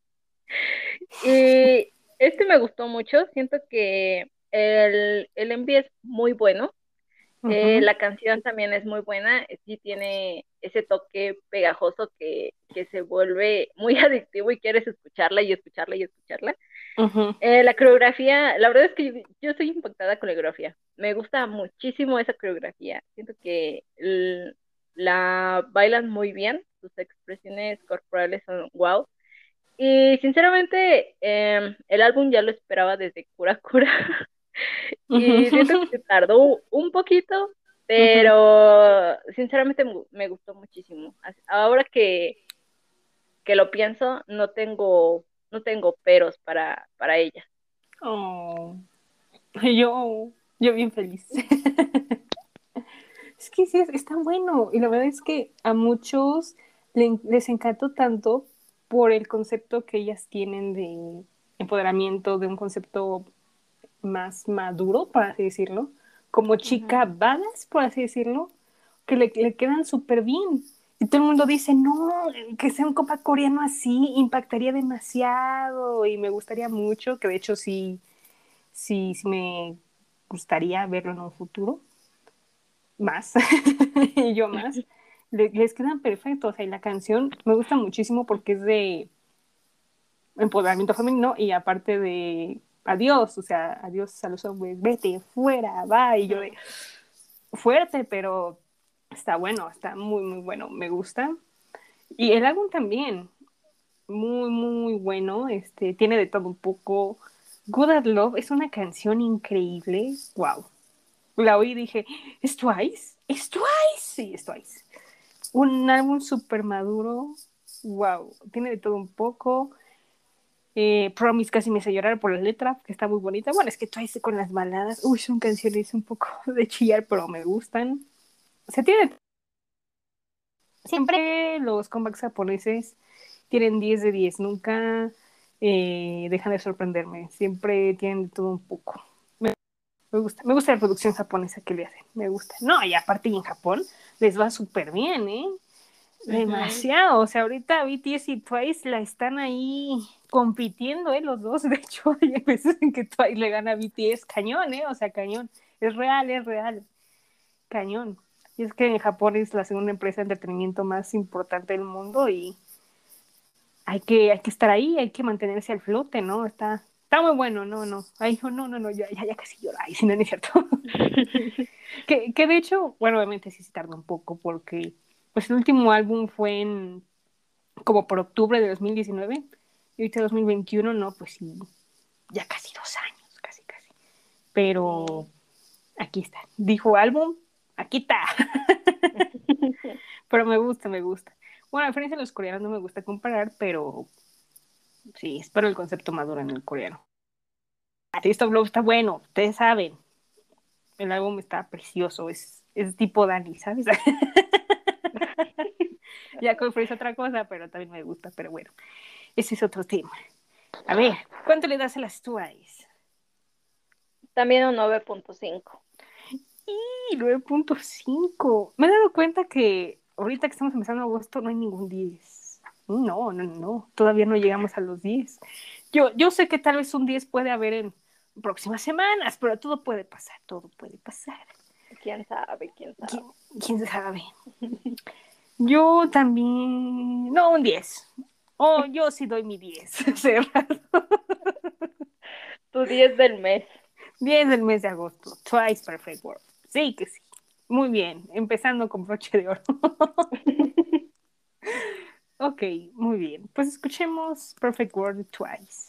Y este me gustó mucho, siento que el MV es muy bueno, Ujú, la canción también es muy buena, sí tiene ese toque pegajoso que se vuelve muy adictivo y quieres escucharla y escucharla y escucharla. ujú. La coreografía, la verdad es que yo estoy impactada con la coreografía, me gusta muchísimo esa coreografía, siento que la bailan muy bien, sus expresiones corporales son wow. Y sinceramente, el álbum ya lo esperaba desde Cura Cura y siento que se tardó un poquito, Ujú. pero sinceramente me gustó muchísimo. Ahora que lo pienso, no tengo peros para ella. Oh, yo bien feliz. Es que sí, está bueno. Y la verdad es que a muchos les encantó tanto por el concepto que ellas tienen de empoderamiento, de un concepto más maduro, por así decirlo, como Ujú, chica badass, por así decirlo, que le quedan súper bien. Y todo el mundo dice, no, que sea un copa coreano así impactaría demasiado y me gustaría mucho, que de hecho sí me gustaría verlo en un futuro, más, y yo más. les quedan perfectos. O sea, y la canción me gusta muchísimo porque es de empoderamiento femenino y aparte de adiós, o sea, adiós a los hombres, vete fuera, va. Y yo de fuerte, pero está bueno, está muy, muy bueno, me gusta. Y el álbum también, muy, muy bueno, tiene de todo un poco. Good at Love es una canción increíble, wow. La oí y dije, ¿es Twice? ¿Es Twice? Sí, es Twice. Un álbum súper maduro, wow, tiene de todo un poco. Promise casi me hace llorar por la letra, que está muy bonita. Bueno, es que Twice con las baladas, uy, son canciones un poco de chillar, pero me gustan. O sea, tiene siempre los comebacks japoneses tienen 10 de 10, nunca dejan de sorprenderme, siempre tienen de todo un poco. Me gusta la producción japonesa que le hacen, me gusta. No, y aparte en Japón les va súper bien, ¿eh? Demasiado, o sea, ahorita BTS y Twice la están ahí compitiendo, los dos, de hecho, hay veces en que Twice le gana a BTS, cañón, o sea, cañón, es real, cañón. Y es que en Japón es la segunda empresa de entretenimiento más importante del mundo y hay que estar ahí, hay que mantenerse al flote, ¿no? Está muy bueno, no, no. Ay, no, ya casi lloro. Ay, si no, no es cierto. que de hecho, bueno, obviamente sí se tardó un poco porque pues el último álbum fue como por octubre de 2019 y ahorita 2021, no, pues sí, ya casi 2 años, casi, casi. Pero aquí está. Dijo álbum, aquí está. Pero me gusta, me gusta. Bueno, a diferencia de los coreanos no me gusta comparar, pero sí, espero el concepto maduro en el coreano. Taste of Love está bueno, ustedes saben. El álbum está precioso, es tipo Dani, ¿sabes? Ya es otra cosa, pero también me gusta, pero bueno, ese es otro tema. A ver, ¿cuánto le das a las Twice? También un 9.5. Y 9.5. Me he dado cuenta que ahorita que estamos empezando agosto no hay ningún 10. No, no, no, todavía no llegamos a los 10. Yo sé que tal vez un 10 puede haber en próximas semanas, pero todo puede pasar, todo puede pasar. ¿Quién sabe? ¿Quién sabe? ¿Quién sabe? Yo también, no, un 10. Oh, yo sí doy mi 10. Cerrado. Tu 10 del mes. 10 del mes de agosto. Twice Perfect World. Sí que sí. Muy bien. Empezando con broche de oro. Ok, muy bien. Pues escuchemos Perfect World Twice.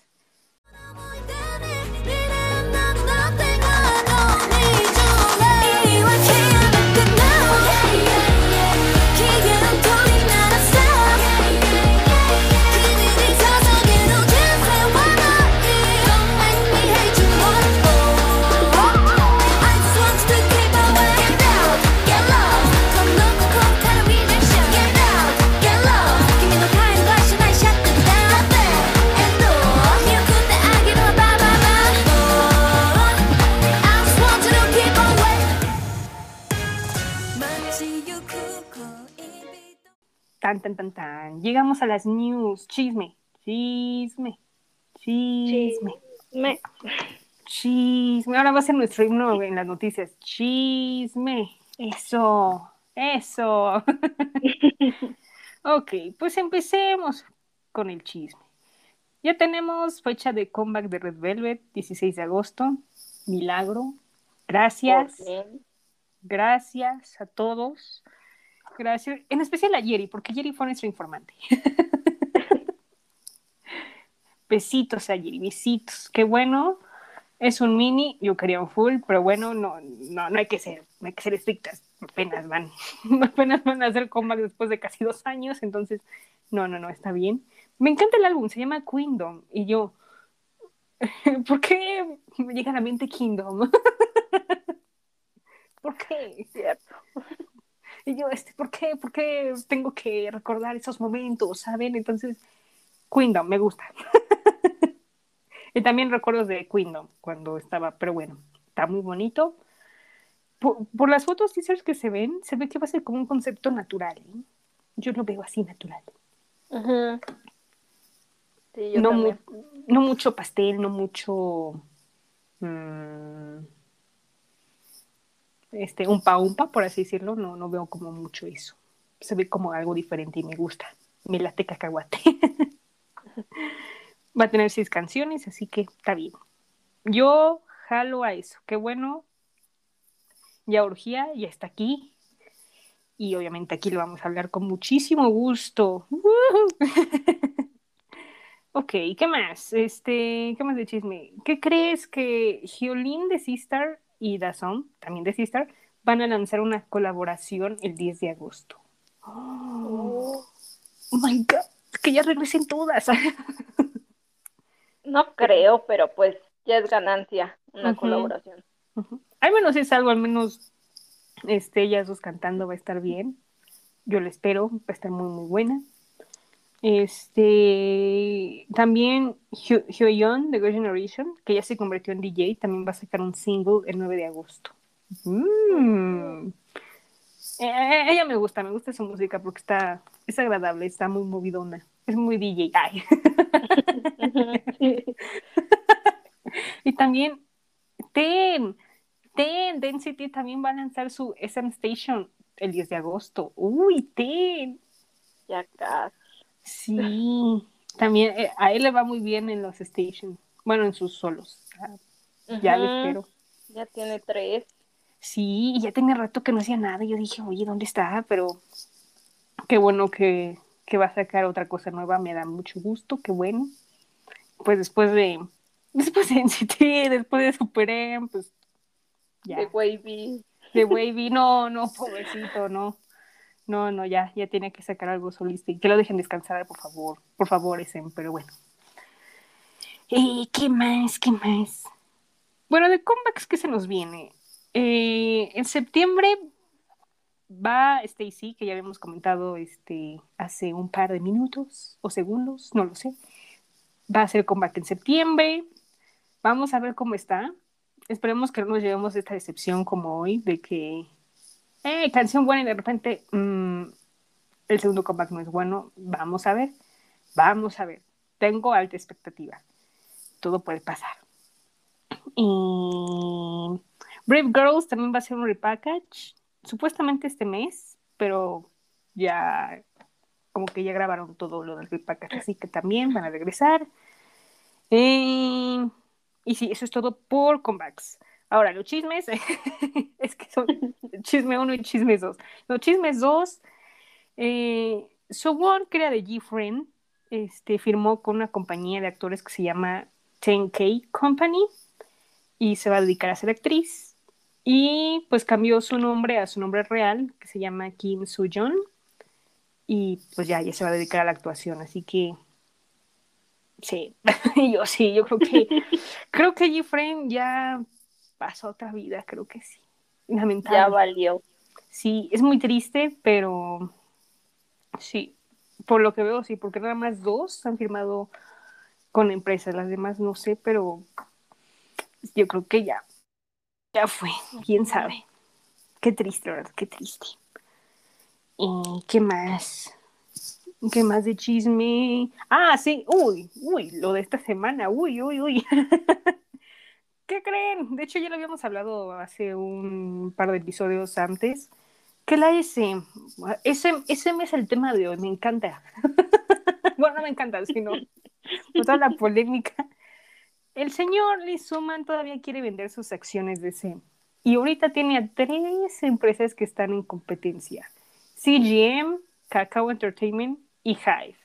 Tan, tan, tan, tan. Llegamos a las news. Chisme, chisme, chisme, Chisme. chisme. Ahora va a ser nuestro himno en las noticias. Chisme. Eso, eso. Ok, pues empecemos con el chisme. Ya tenemos fecha de comeback de Red Velvet, 16 de agosto. Milagro. Por Gracias. fin. Gracias a todos. Gracias. En especial a Jerry, porque Jerry fue nuestro informante. Besitos a Jerry, besitos. Qué bueno. Es un mini, yo quería un full, pero bueno, no hay que ser estrictas. Apenas van a hacer comeback después de casi 2 años, entonces, no, está bien. Me encanta el álbum, se llama Queendom, y yo, ¿por qué me llega a la mente Kingdom? ¿Por qué? Cierto. Y yo, ¿por qué tengo que recordar esos momentos, saben? Entonces, Queendom, me gusta. Y también recuerdos de Queendom, cuando estaba, pero bueno, está muy bonito. Por las fotos teasers que se ve que va a ser como un concepto natural, ¿eh? Yo lo veo así natural. Ujú. Sí, yo No, también. no mucho pastel, no mucho mm, umpa umpa, por así decirlo. No veo como mucho eso. se ve como algo diferente y me gusta. Me late cacahuate. Va a tener 6 canciones, así que está bien. Yo jalo a eso. Qué bueno. Ya urgía, ya está aquí. Y obviamente aquí lo vamos a hablar con muchísimo gusto. Ok, ¿qué más? ¿Qué más de chisme? ¿Qué crees que Hyolyn de Sistar y Dazón, también de Sistar, van a lanzar una colaboración el 10 de agosto? Oh, Oh my God, que ya regresen todas. no creo, pero pues ya es ganancia una Ujú, colaboración. ujú. Al menos es algo, al menos ellas dos cantando va a estar bien. Yo lo espero, va a estar muy, muy buena. También Hyoyeon de Girl Generation, que ya se convirtió en DJ, también va a sacar un single el 9 de agosto. Oh. Mm. Ella me gusta su música porque es agradable, está muy movidona, es muy DJ. Ay. Ujú, sí. Y también Ten, Density también va a lanzar su SM Station el 10 de agosto. Uy, Ten. Ya casi. Sí, también a él le va muy bien en los stations, bueno, en sus solos. Ya le Ujú, espero. ya tiene 3. Sí, y ya tenía rato que no hacía nada. Yo dije, oye, ¿dónde está? Pero qué bueno que va a sacar otra cosa nueva. Me da mucho gusto, qué bueno. Pues después de NCT, después de Super M, pues De ya. Wavy. De Wavy, no, no, pobrecito, no. No, no, ya tiene que sacar algo solista y que lo dejen descansar, por favor, SM, pero bueno. ¿Qué más? ¿Qué más? Bueno, de comebacks, ¿qué se nos viene? En septiembre va Stacy, que ya habíamos comentado hace un par de minutos o segundos, no lo sé. Va a hacer comeback en septiembre. Vamos a ver cómo está. Esperemos que no nos llevemos esta decepción como hoy, de que, canción buena y de repente el segundo comeback no es bueno. Vamos a ver, vamos a ver. Tengo alta expectativa. Todo puede pasar. Y Brave Girls también va a ser un repackage, supuestamente este mes, pero ya como que ya grabaron todo lo del repackage, así que también van a regresar. Eh, y sí, eso es todo por comebacks. Ahora, los chismes, es que son chisme uno y chismes 2. Los chismes 2, Sowon, que era de G-Friend, firmó con una compañía de actores que se llama 10K Company y se va a dedicar a ser actriz. Y pues cambió su nombre a su nombre real, que se llama Kim Soo-yeon, y pues ya se va a dedicar a la actuación. Así que sí, yo creo que Jeffrey ya pasó otra vida, creo que sí. Ya Lamentable. valió. Sí, es muy triste, pero sí, por lo que veo, sí, porque nada más 2 han firmado con empresas, las demás no sé, pero yo creo que ya fue, quién sabe. Ujú. Qué triste, ¿verdad? Qué triste. ¿Y qué más? ¿Qué más de chisme? Ah, sí, uy, lo de esta semana, uy. ¿Qué creen? De hecho, ya lo habíamos hablado hace un par de episodios antes, que la ese es el tema de hoy, me encanta. Bueno, no me encanta, sino por toda la polémica. El señor Lee Suman todavía quiere vender sus acciones de SM. Y ahorita tiene a 3 empresas que están en competencia. CGM, Kakao Entertainment y Hive.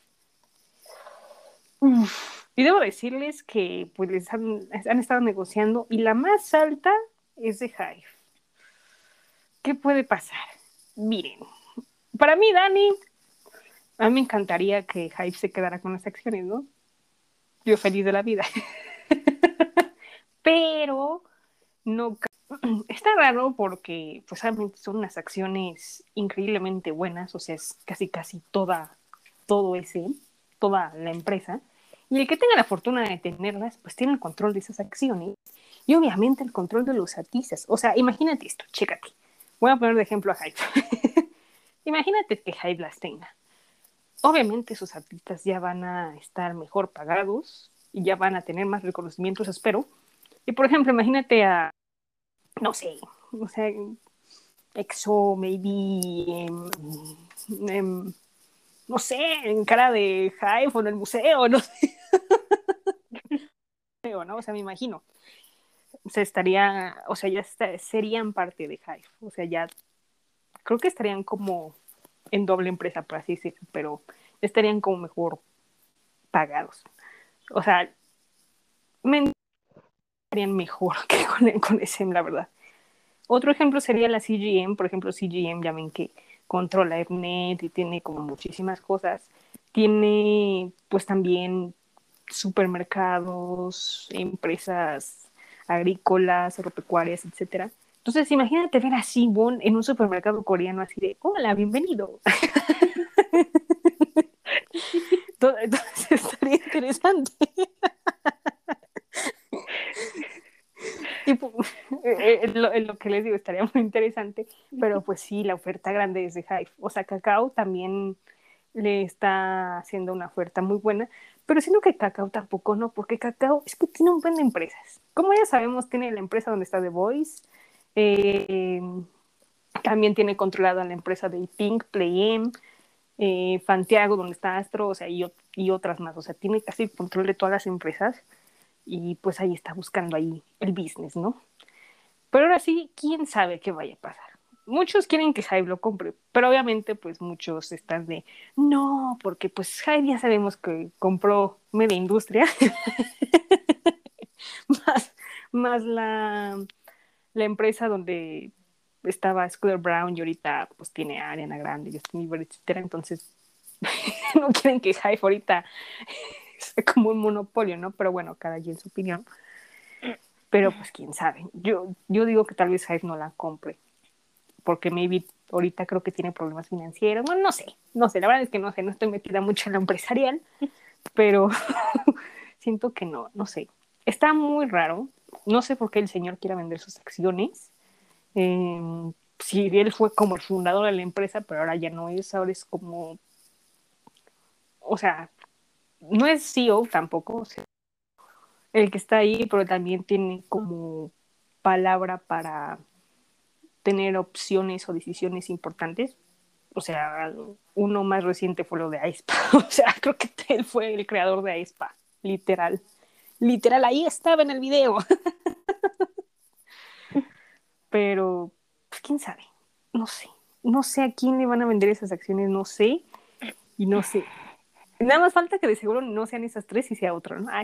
Uf. Y debo decirles que pues han estado negociando y la más alta es de Hive. ¿Qué puede pasar? Miren, para mí, Dani, a mí me encantaría que Hive se quedara con las acciones, ¿no? Yo feliz de la vida. Pero no, está raro porque pues realmente son unas acciones increíblemente buenas, o sea, es casi todo toda la empresa. Y el que tenga la fortuna de tenerlas, pues tiene el control de esas acciones y obviamente el control de los artistas. O sea, imagínate esto, chécate. Voy a poner de ejemplo a Hype. Imagínate que Hype las tenga. Obviamente sus artistas ya van a estar mejor pagados y ya van a tener más reconocimientos, espero. Y por ejemplo, imagínate a, no sé, o sea, EXO, maybe, no sé, en cara de Hive o en el museo, no sé, ¿no? O sea, me imagino. O sea, o sea, serían parte de Hive. O sea, ya creo que estarían como en doble empresa, por así decirlo, pero estarían como mejor pagados. O sea, me estarían mejor que con SM, la verdad. Otro ejemplo sería la CGM. Por ejemplo, CGM ya ven que controla Ethernet y tiene como muchísimas cosas. Tiene pues también supermercados, empresas agrícolas, agropecuarias, etcétera. Entonces, imagínate ver a Sibon en un supermercado coreano así de, hola, bienvenido. Entonces estaría interesante. Y pues, lo que les digo estaría muy interesante, pero pues sí, la oferta grande es de Hive. O sea, Kakao también le está haciendo una oferta muy buena, pero siento que Kakao tampoco, no, porque Kakao es que tiene un buen de empresas. Como ya sabemos, tiene la empresa donde está The Voice, eh, también tiene controlada la empresa de Pink, Play Fantiago, donde está Astro, o sea, y otras más. O sea, tiene casi el control de todas las empresas y pues ahí está buscando ahí el business, ¿no? Pero ahora sí, quién sabe qué vaya a pasar. Muchos quieren que Hive lo compre, pero obviamente pues muchos están de no, porque pues Hive ya sabemos que compró media industria, más, más la empresa donde estaba Scooter Brown y ahorita pues tiene a Ariana Grande, Justin Bieber, etcétera. Entonces no quieren que Hive ahorita sea como un monopolio, ¿no? Pero bueno, cada quien su opinión. Pero pues quién sabe. Yo digo que tal vez Hive no la compre porque maybe ahorita creo que tiene problemas financieros. Bueno, no sé, la verdad es que no sé, no estoy metida mucho en la empresarial, pero siento que no sé. Está muy raro. No sé por qué el señor quiera vender sus acciones. Si él fue como el fundador de la empresa, pero ahora ya no es, ahora es como, o sea, no es CEO tampoco, o sea, el que está ahí, pero también tiene como palabra para tener opciones o decisiones importantes. O sea, uno más reciente fue lo de aespa. O sea, creo que él fue el creador de aespa, literal. Literal, ahí estaba en el video. Pero, pues, quién sabe. No sé. No sé a quién le van a vender esas acciones, no sé. Y no sé. Nada más falta que de seguro no sean esas tres y sea otro, ¿no? Ay.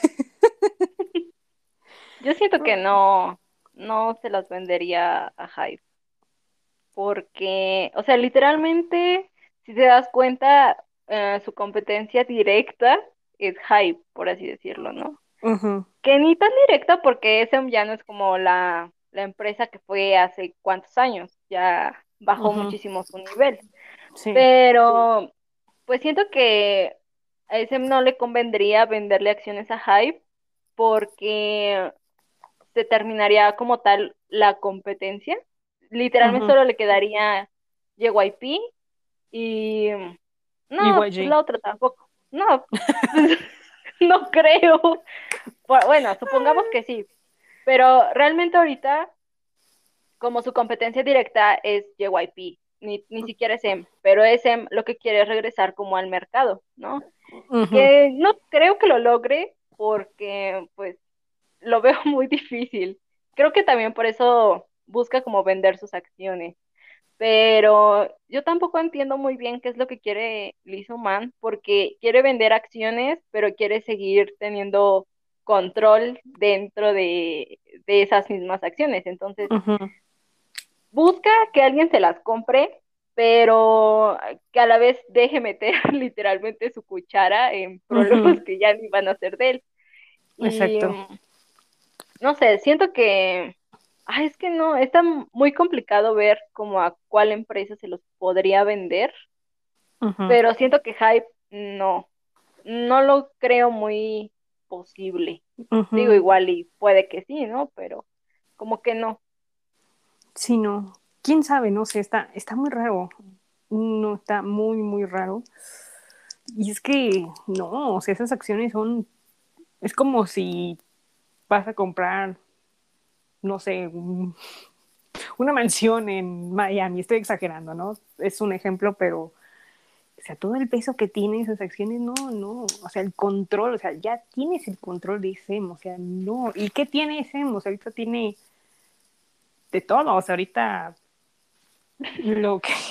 Yo siento que no se las vendería a Hive, porque, o sea, literalmente, si te das cuenta, su competencia directa es Hive, por así decirlo, ¿no? Uh-huh, Que ni tan directa porque ese ya no es como la empresa que fue hace cuántos años, ya bajó uh-huh. muchísimo su nivel. Sí. Pero pues siento que a ese no le convendría venderle acciones a Hype porque se terminaría como tal la competencia. Literalmente Uh-huh. solo le quedaría JYP y Y no, pues YG. la otra tampoco. No, pues, no creo. Bueno, supongamos que sí, pero realmente ahorita como su competencia directa es JYP, ni siquiera es M, pero es M lo que quiere es regresar como al mercado, ¿no? Uh-huh, Que no creo que lo logre porque pues lo veo muy difícil. Creo que también por eso busca como vender sus acciones. Pero yo tampoco entiendo muy bien qué es lo que quiere Lizzo Man, porque quiere vender acciones, pero quiere seguir teniendo control dentro de esas mismas acciones. Entonces, uh-huh, busca que alguien se las compre, pero que a la vez deje meter literalmente su cuchara en uh-huh. problemas que ya ni van a ser de él. Y Exacto. no sé, siento que, ay, es que no, está muy complicado ver como a cuál empresa se los podría vender, Uh-huh, pero siento que Hype no lo creo muy posible. Digo, uh-huh. igual y puede que sí, ¿no? Pero como que no. Sí, no. ¿Quién sabe? No sé, está muy raro. No, está muy, muy raro. Y es que, no, o sea, esas acciones son, es como si vas a comprar, no sé, una mansión en Miami, estoy exagerando, ¿no? Es un ejemplo, pero, o sea, todo el peso que tienen esas acciones, no, no, o sea, el control, o sea, ya tienes el control de SEM, o sea, no, ¿y qué tiene SEM? O sea, ahorita tiene de todo, o sea, ahorita lo que...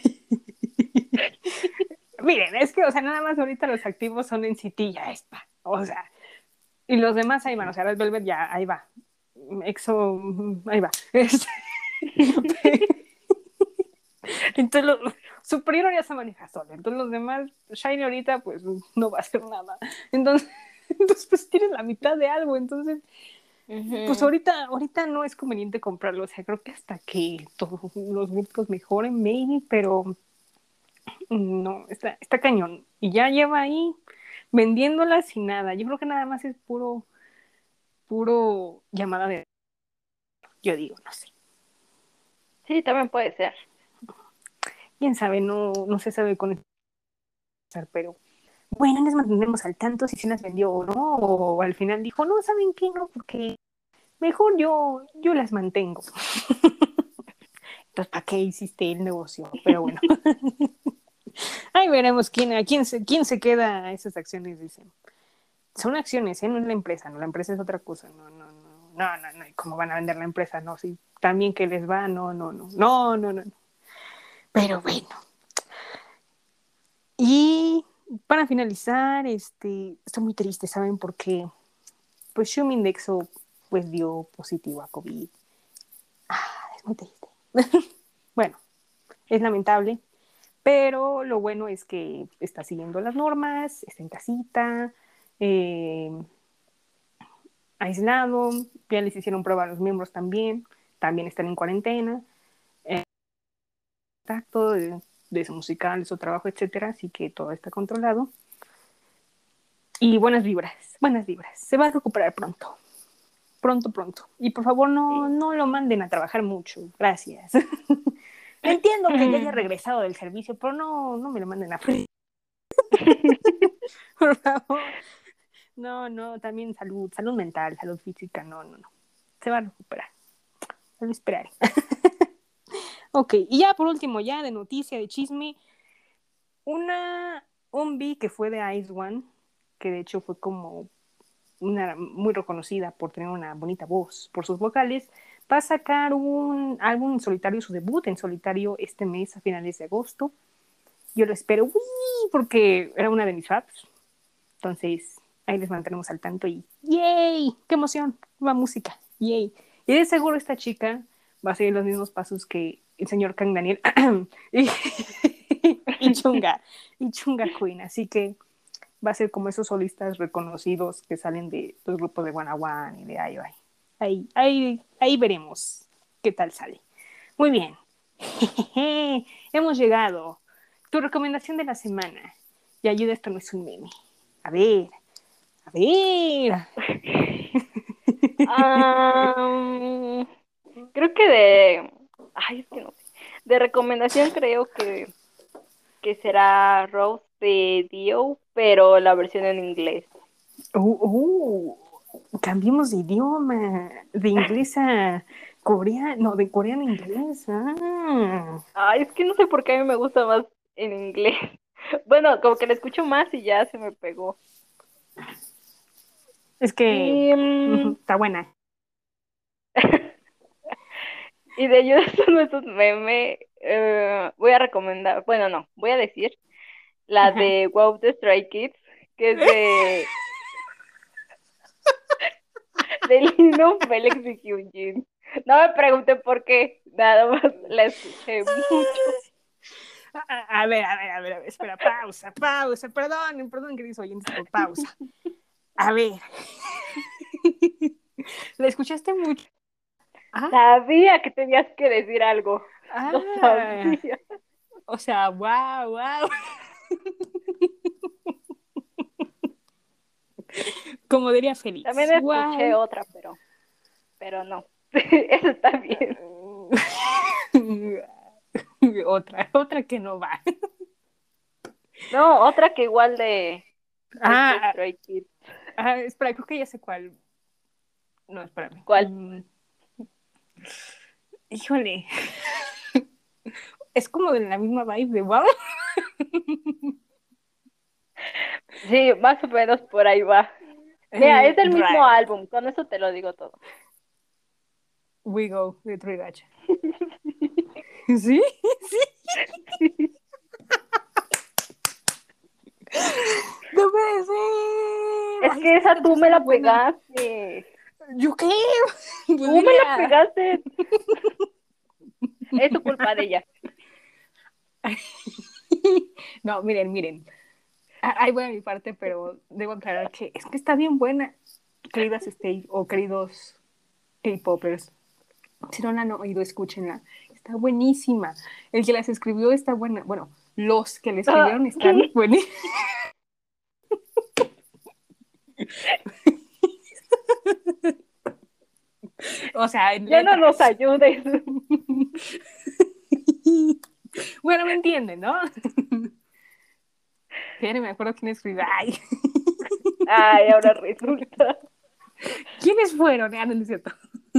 Miren, es que, o sea, nada más ahorita los activos son en City, ya está, o sea, y los demás ahí van, o sea, Red Velvet ya, ahí va, EXO, ahí va, entonces, Superior ya se maneja solo. Entonces, los demás, Shiny ahorita, pues no va a hacer nada. Entonces, entonces pues tienes la mitad de algo. Entonces, pues Ujú. ahorita no es conveniente comprarlo. O sea, creo que hasta que todos los grupos mejoren, maybe, pero no, está cañón. Y ya lleva ahí vendiéndolas y nada. Yo creo que nada más es puro llamada de. Yo digo, no sé. Sí, también puede ser. Quién sabe, no se sabe con pero bueno, les mantendremos al tanto si se las vendió o no, o al final dijo, no, ¿saben qué? No, porque mejor yo las mantengo. Entonces, ¿para qué hiciste el negocio? Pero bueno, ahí veremos quién se queda a esas acciones, dicen. Son acciones, ¿eh? No es la empresa, no, la empresa es otra cosa, no, ¿cómo van a vender la empresa? No, sí, también que les va, no. Pero bueno, y para finalizar, estoy muy triste, ¿saben por qué? Pues Shumi Indexo pues dio positivo a COVID. Es muy triste. Bueno, es lamentable, pero lo bueno es que está siguiendo las normas, está en casita, eh, aislado, ya les hicieron prueba a los miembros también están en cuarentena, contacto de su musical, de su trabajo, etcétera, así que todo está controlado. Y buenas vibras, se va a recuperar pronto. Pronto. Y por favor Sí. no lo manden a trabajar mucho. Gracias. Entiendo que ya haya regresado del servicio, pero no me lo manden a freír. Por favor. No, también salud mental, salud física, no. Se va a recuperar. Solo esperar. Ok, y ya por último, ya de noticia, de chisme, un B que fue de Ice One, que de hecho fue como una muy reconocida por tener una bonita voz, por sus vocales, va a sacar un álbum en solitario, su debut en solitario este mes a finales de agosto. Yo lo espero, porque era una de mis faps. Entonces, ahí les mantenemos al tanto y ¡yay! ¡Qué emoción! Nueva música, ¡yay! Y de seguro esta chica va a seguir los mismos pasos que el señor Kang Daniel y, y Chunga Queen. Así que va a ser como esos solistas reconocidos que salen de los grupos de One One y de IOI. Ahí veremos qué tal sale. Muy bien. Hemos llegado. Tu recomendación de la semana. Y ayuda, esto no es un meme. A ver, a ver. Am, creo que de, ay, es que no sé. De recomendación creo que será Rose de Dio, pero la versión en inglés. Cambiemos de idioma. De inglés a coreano. No, de coreano a inglés. Ah. Ay, es que no sé por qué a mí me gusta más en inglés. Bueno, como que la escucho más y ya se me pegó. Es que Y, está buena. y de ayuda son esos memes, voy a recomendar, bueno, no, voy a decir la Ajá. de Wow the Stray Kids, que es de Lino, Félix y Hyunjin. No me pregunten por qué, nada más la escuché mucho. A ver, espera, pausa, perdón, queridos oyentes, por pausa. A ver, ¿la escuchaste mucho? Ah, Sabía que tenías que decir algo, lo ah, sabía. o sea, wow. Como diría También Félix, escuché wow. otra, pero no, eso está bien. Otra que no va. No, otra que igual de The Ah, Stray Kids. espera, creo que ya sé cuál. No, espérame. ¿Cuál? Híjole, es como de la misma vibe de wow. Sí, más o menos por ahí va. Mira, es del mismo Right. álbum, con eso te lo digo todo. We go de Trigacha. ¿Sí? Sí. No puede ser. Es Ay, es que que esa esa tú canción me está muy la buena. pegaste. ¿Yo qué? Pues Tú me dile la a... pegaste. Es tu culpa de ella. No, miren, miren. Ahí voy a mi parte, pero debo aclarar que es que está bien buena, queridas stage o queridos K-popers. Si no la han oído, escúchenla. Está buenísima. El que las escribió está buena. Bueno, los que la Ah, escribieron están buenísimos. O sea, en ya no nos letras. ayudes. Bueno, me entienden, ¿no? Que ya no me acuerdo quién escribió. Ay, Ay, ahora resulta. ¿quiénes fueron? Ah, no, no es cierto.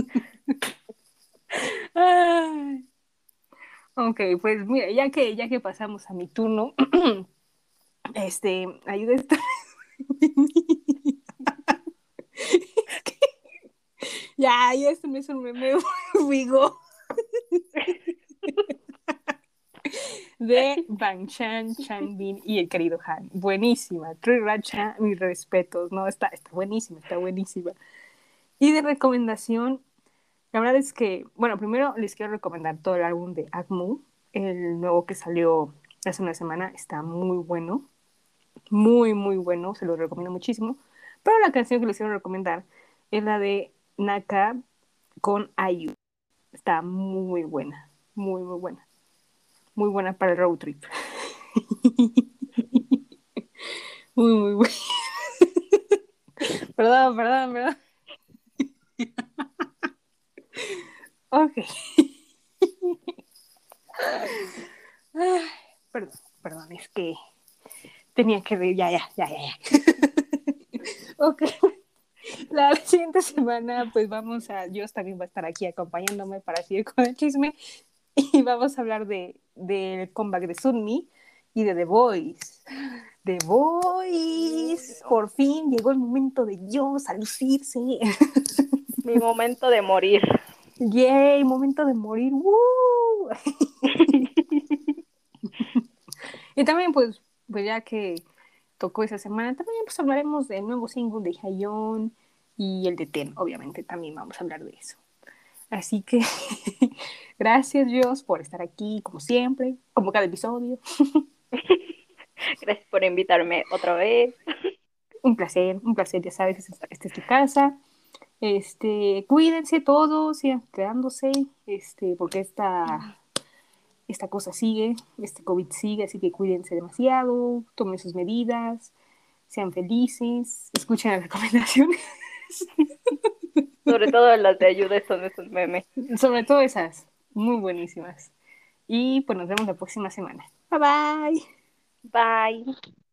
Ay. Ok, pues mira, ya que pasamos a mi turno, ayuda a estar. Ya esto no es un meme, Wigo, de Bang Chan, Changbin y el querido Han. Buenísima. True Racha, mis respetos, ¿no? Está buenísima, está buenísima. Y de recomendación, la verdad es que, bueno, primero les quiero recomendar todo el álbum de Akmu, el nuevo que salió hace una semana, está muy bueno, muy, muy bueno, se lo recomiendo muchísimo. Pero la canción que les quiero recomendar es la de Naka con Ayu. Está muy buena, muy, muy buena. Muy buena para el road trip. Muy, muy buena. Perdón, perdón, perdón. Ok. Perdón, perdón, es que tenía que reír. Ya, ya, ya, ya, ya. Ok. La siguiente semana, pues vamos a. Dios también va a estar aquí acompañándome para seguir con el chisme. Y vamos a hablar del comeback de Sunmi y de The Voice. The Voice. Por fin llegó el momento de Dios a lucirse. Mi momento de morir. Yay, momento de morir. ¡Woo! Y también, pues ya que tocó esa semana, también pues hablaremos del nuevo single de Hayon y el de Ten, obviamente, también vamos a hablar de eso. Así que gracias Dios por estar aquí, como siempre, como cada episodio. Gracias por invitarme otra vez. Un placer, ya sabes, esta es tu casa. Cuídense todos, sigan cuidándose, porque esta cosa sigue, este COVID sigue, así que cuídense demasiado, tomen sus medidas, sean felices, escuchen las recomendaciones, Sobre todo las de ayuda son esos memes. sobre todo esas, muy buenísimas. Y pues nos vemos la próxima semana. Bye bye. Bye.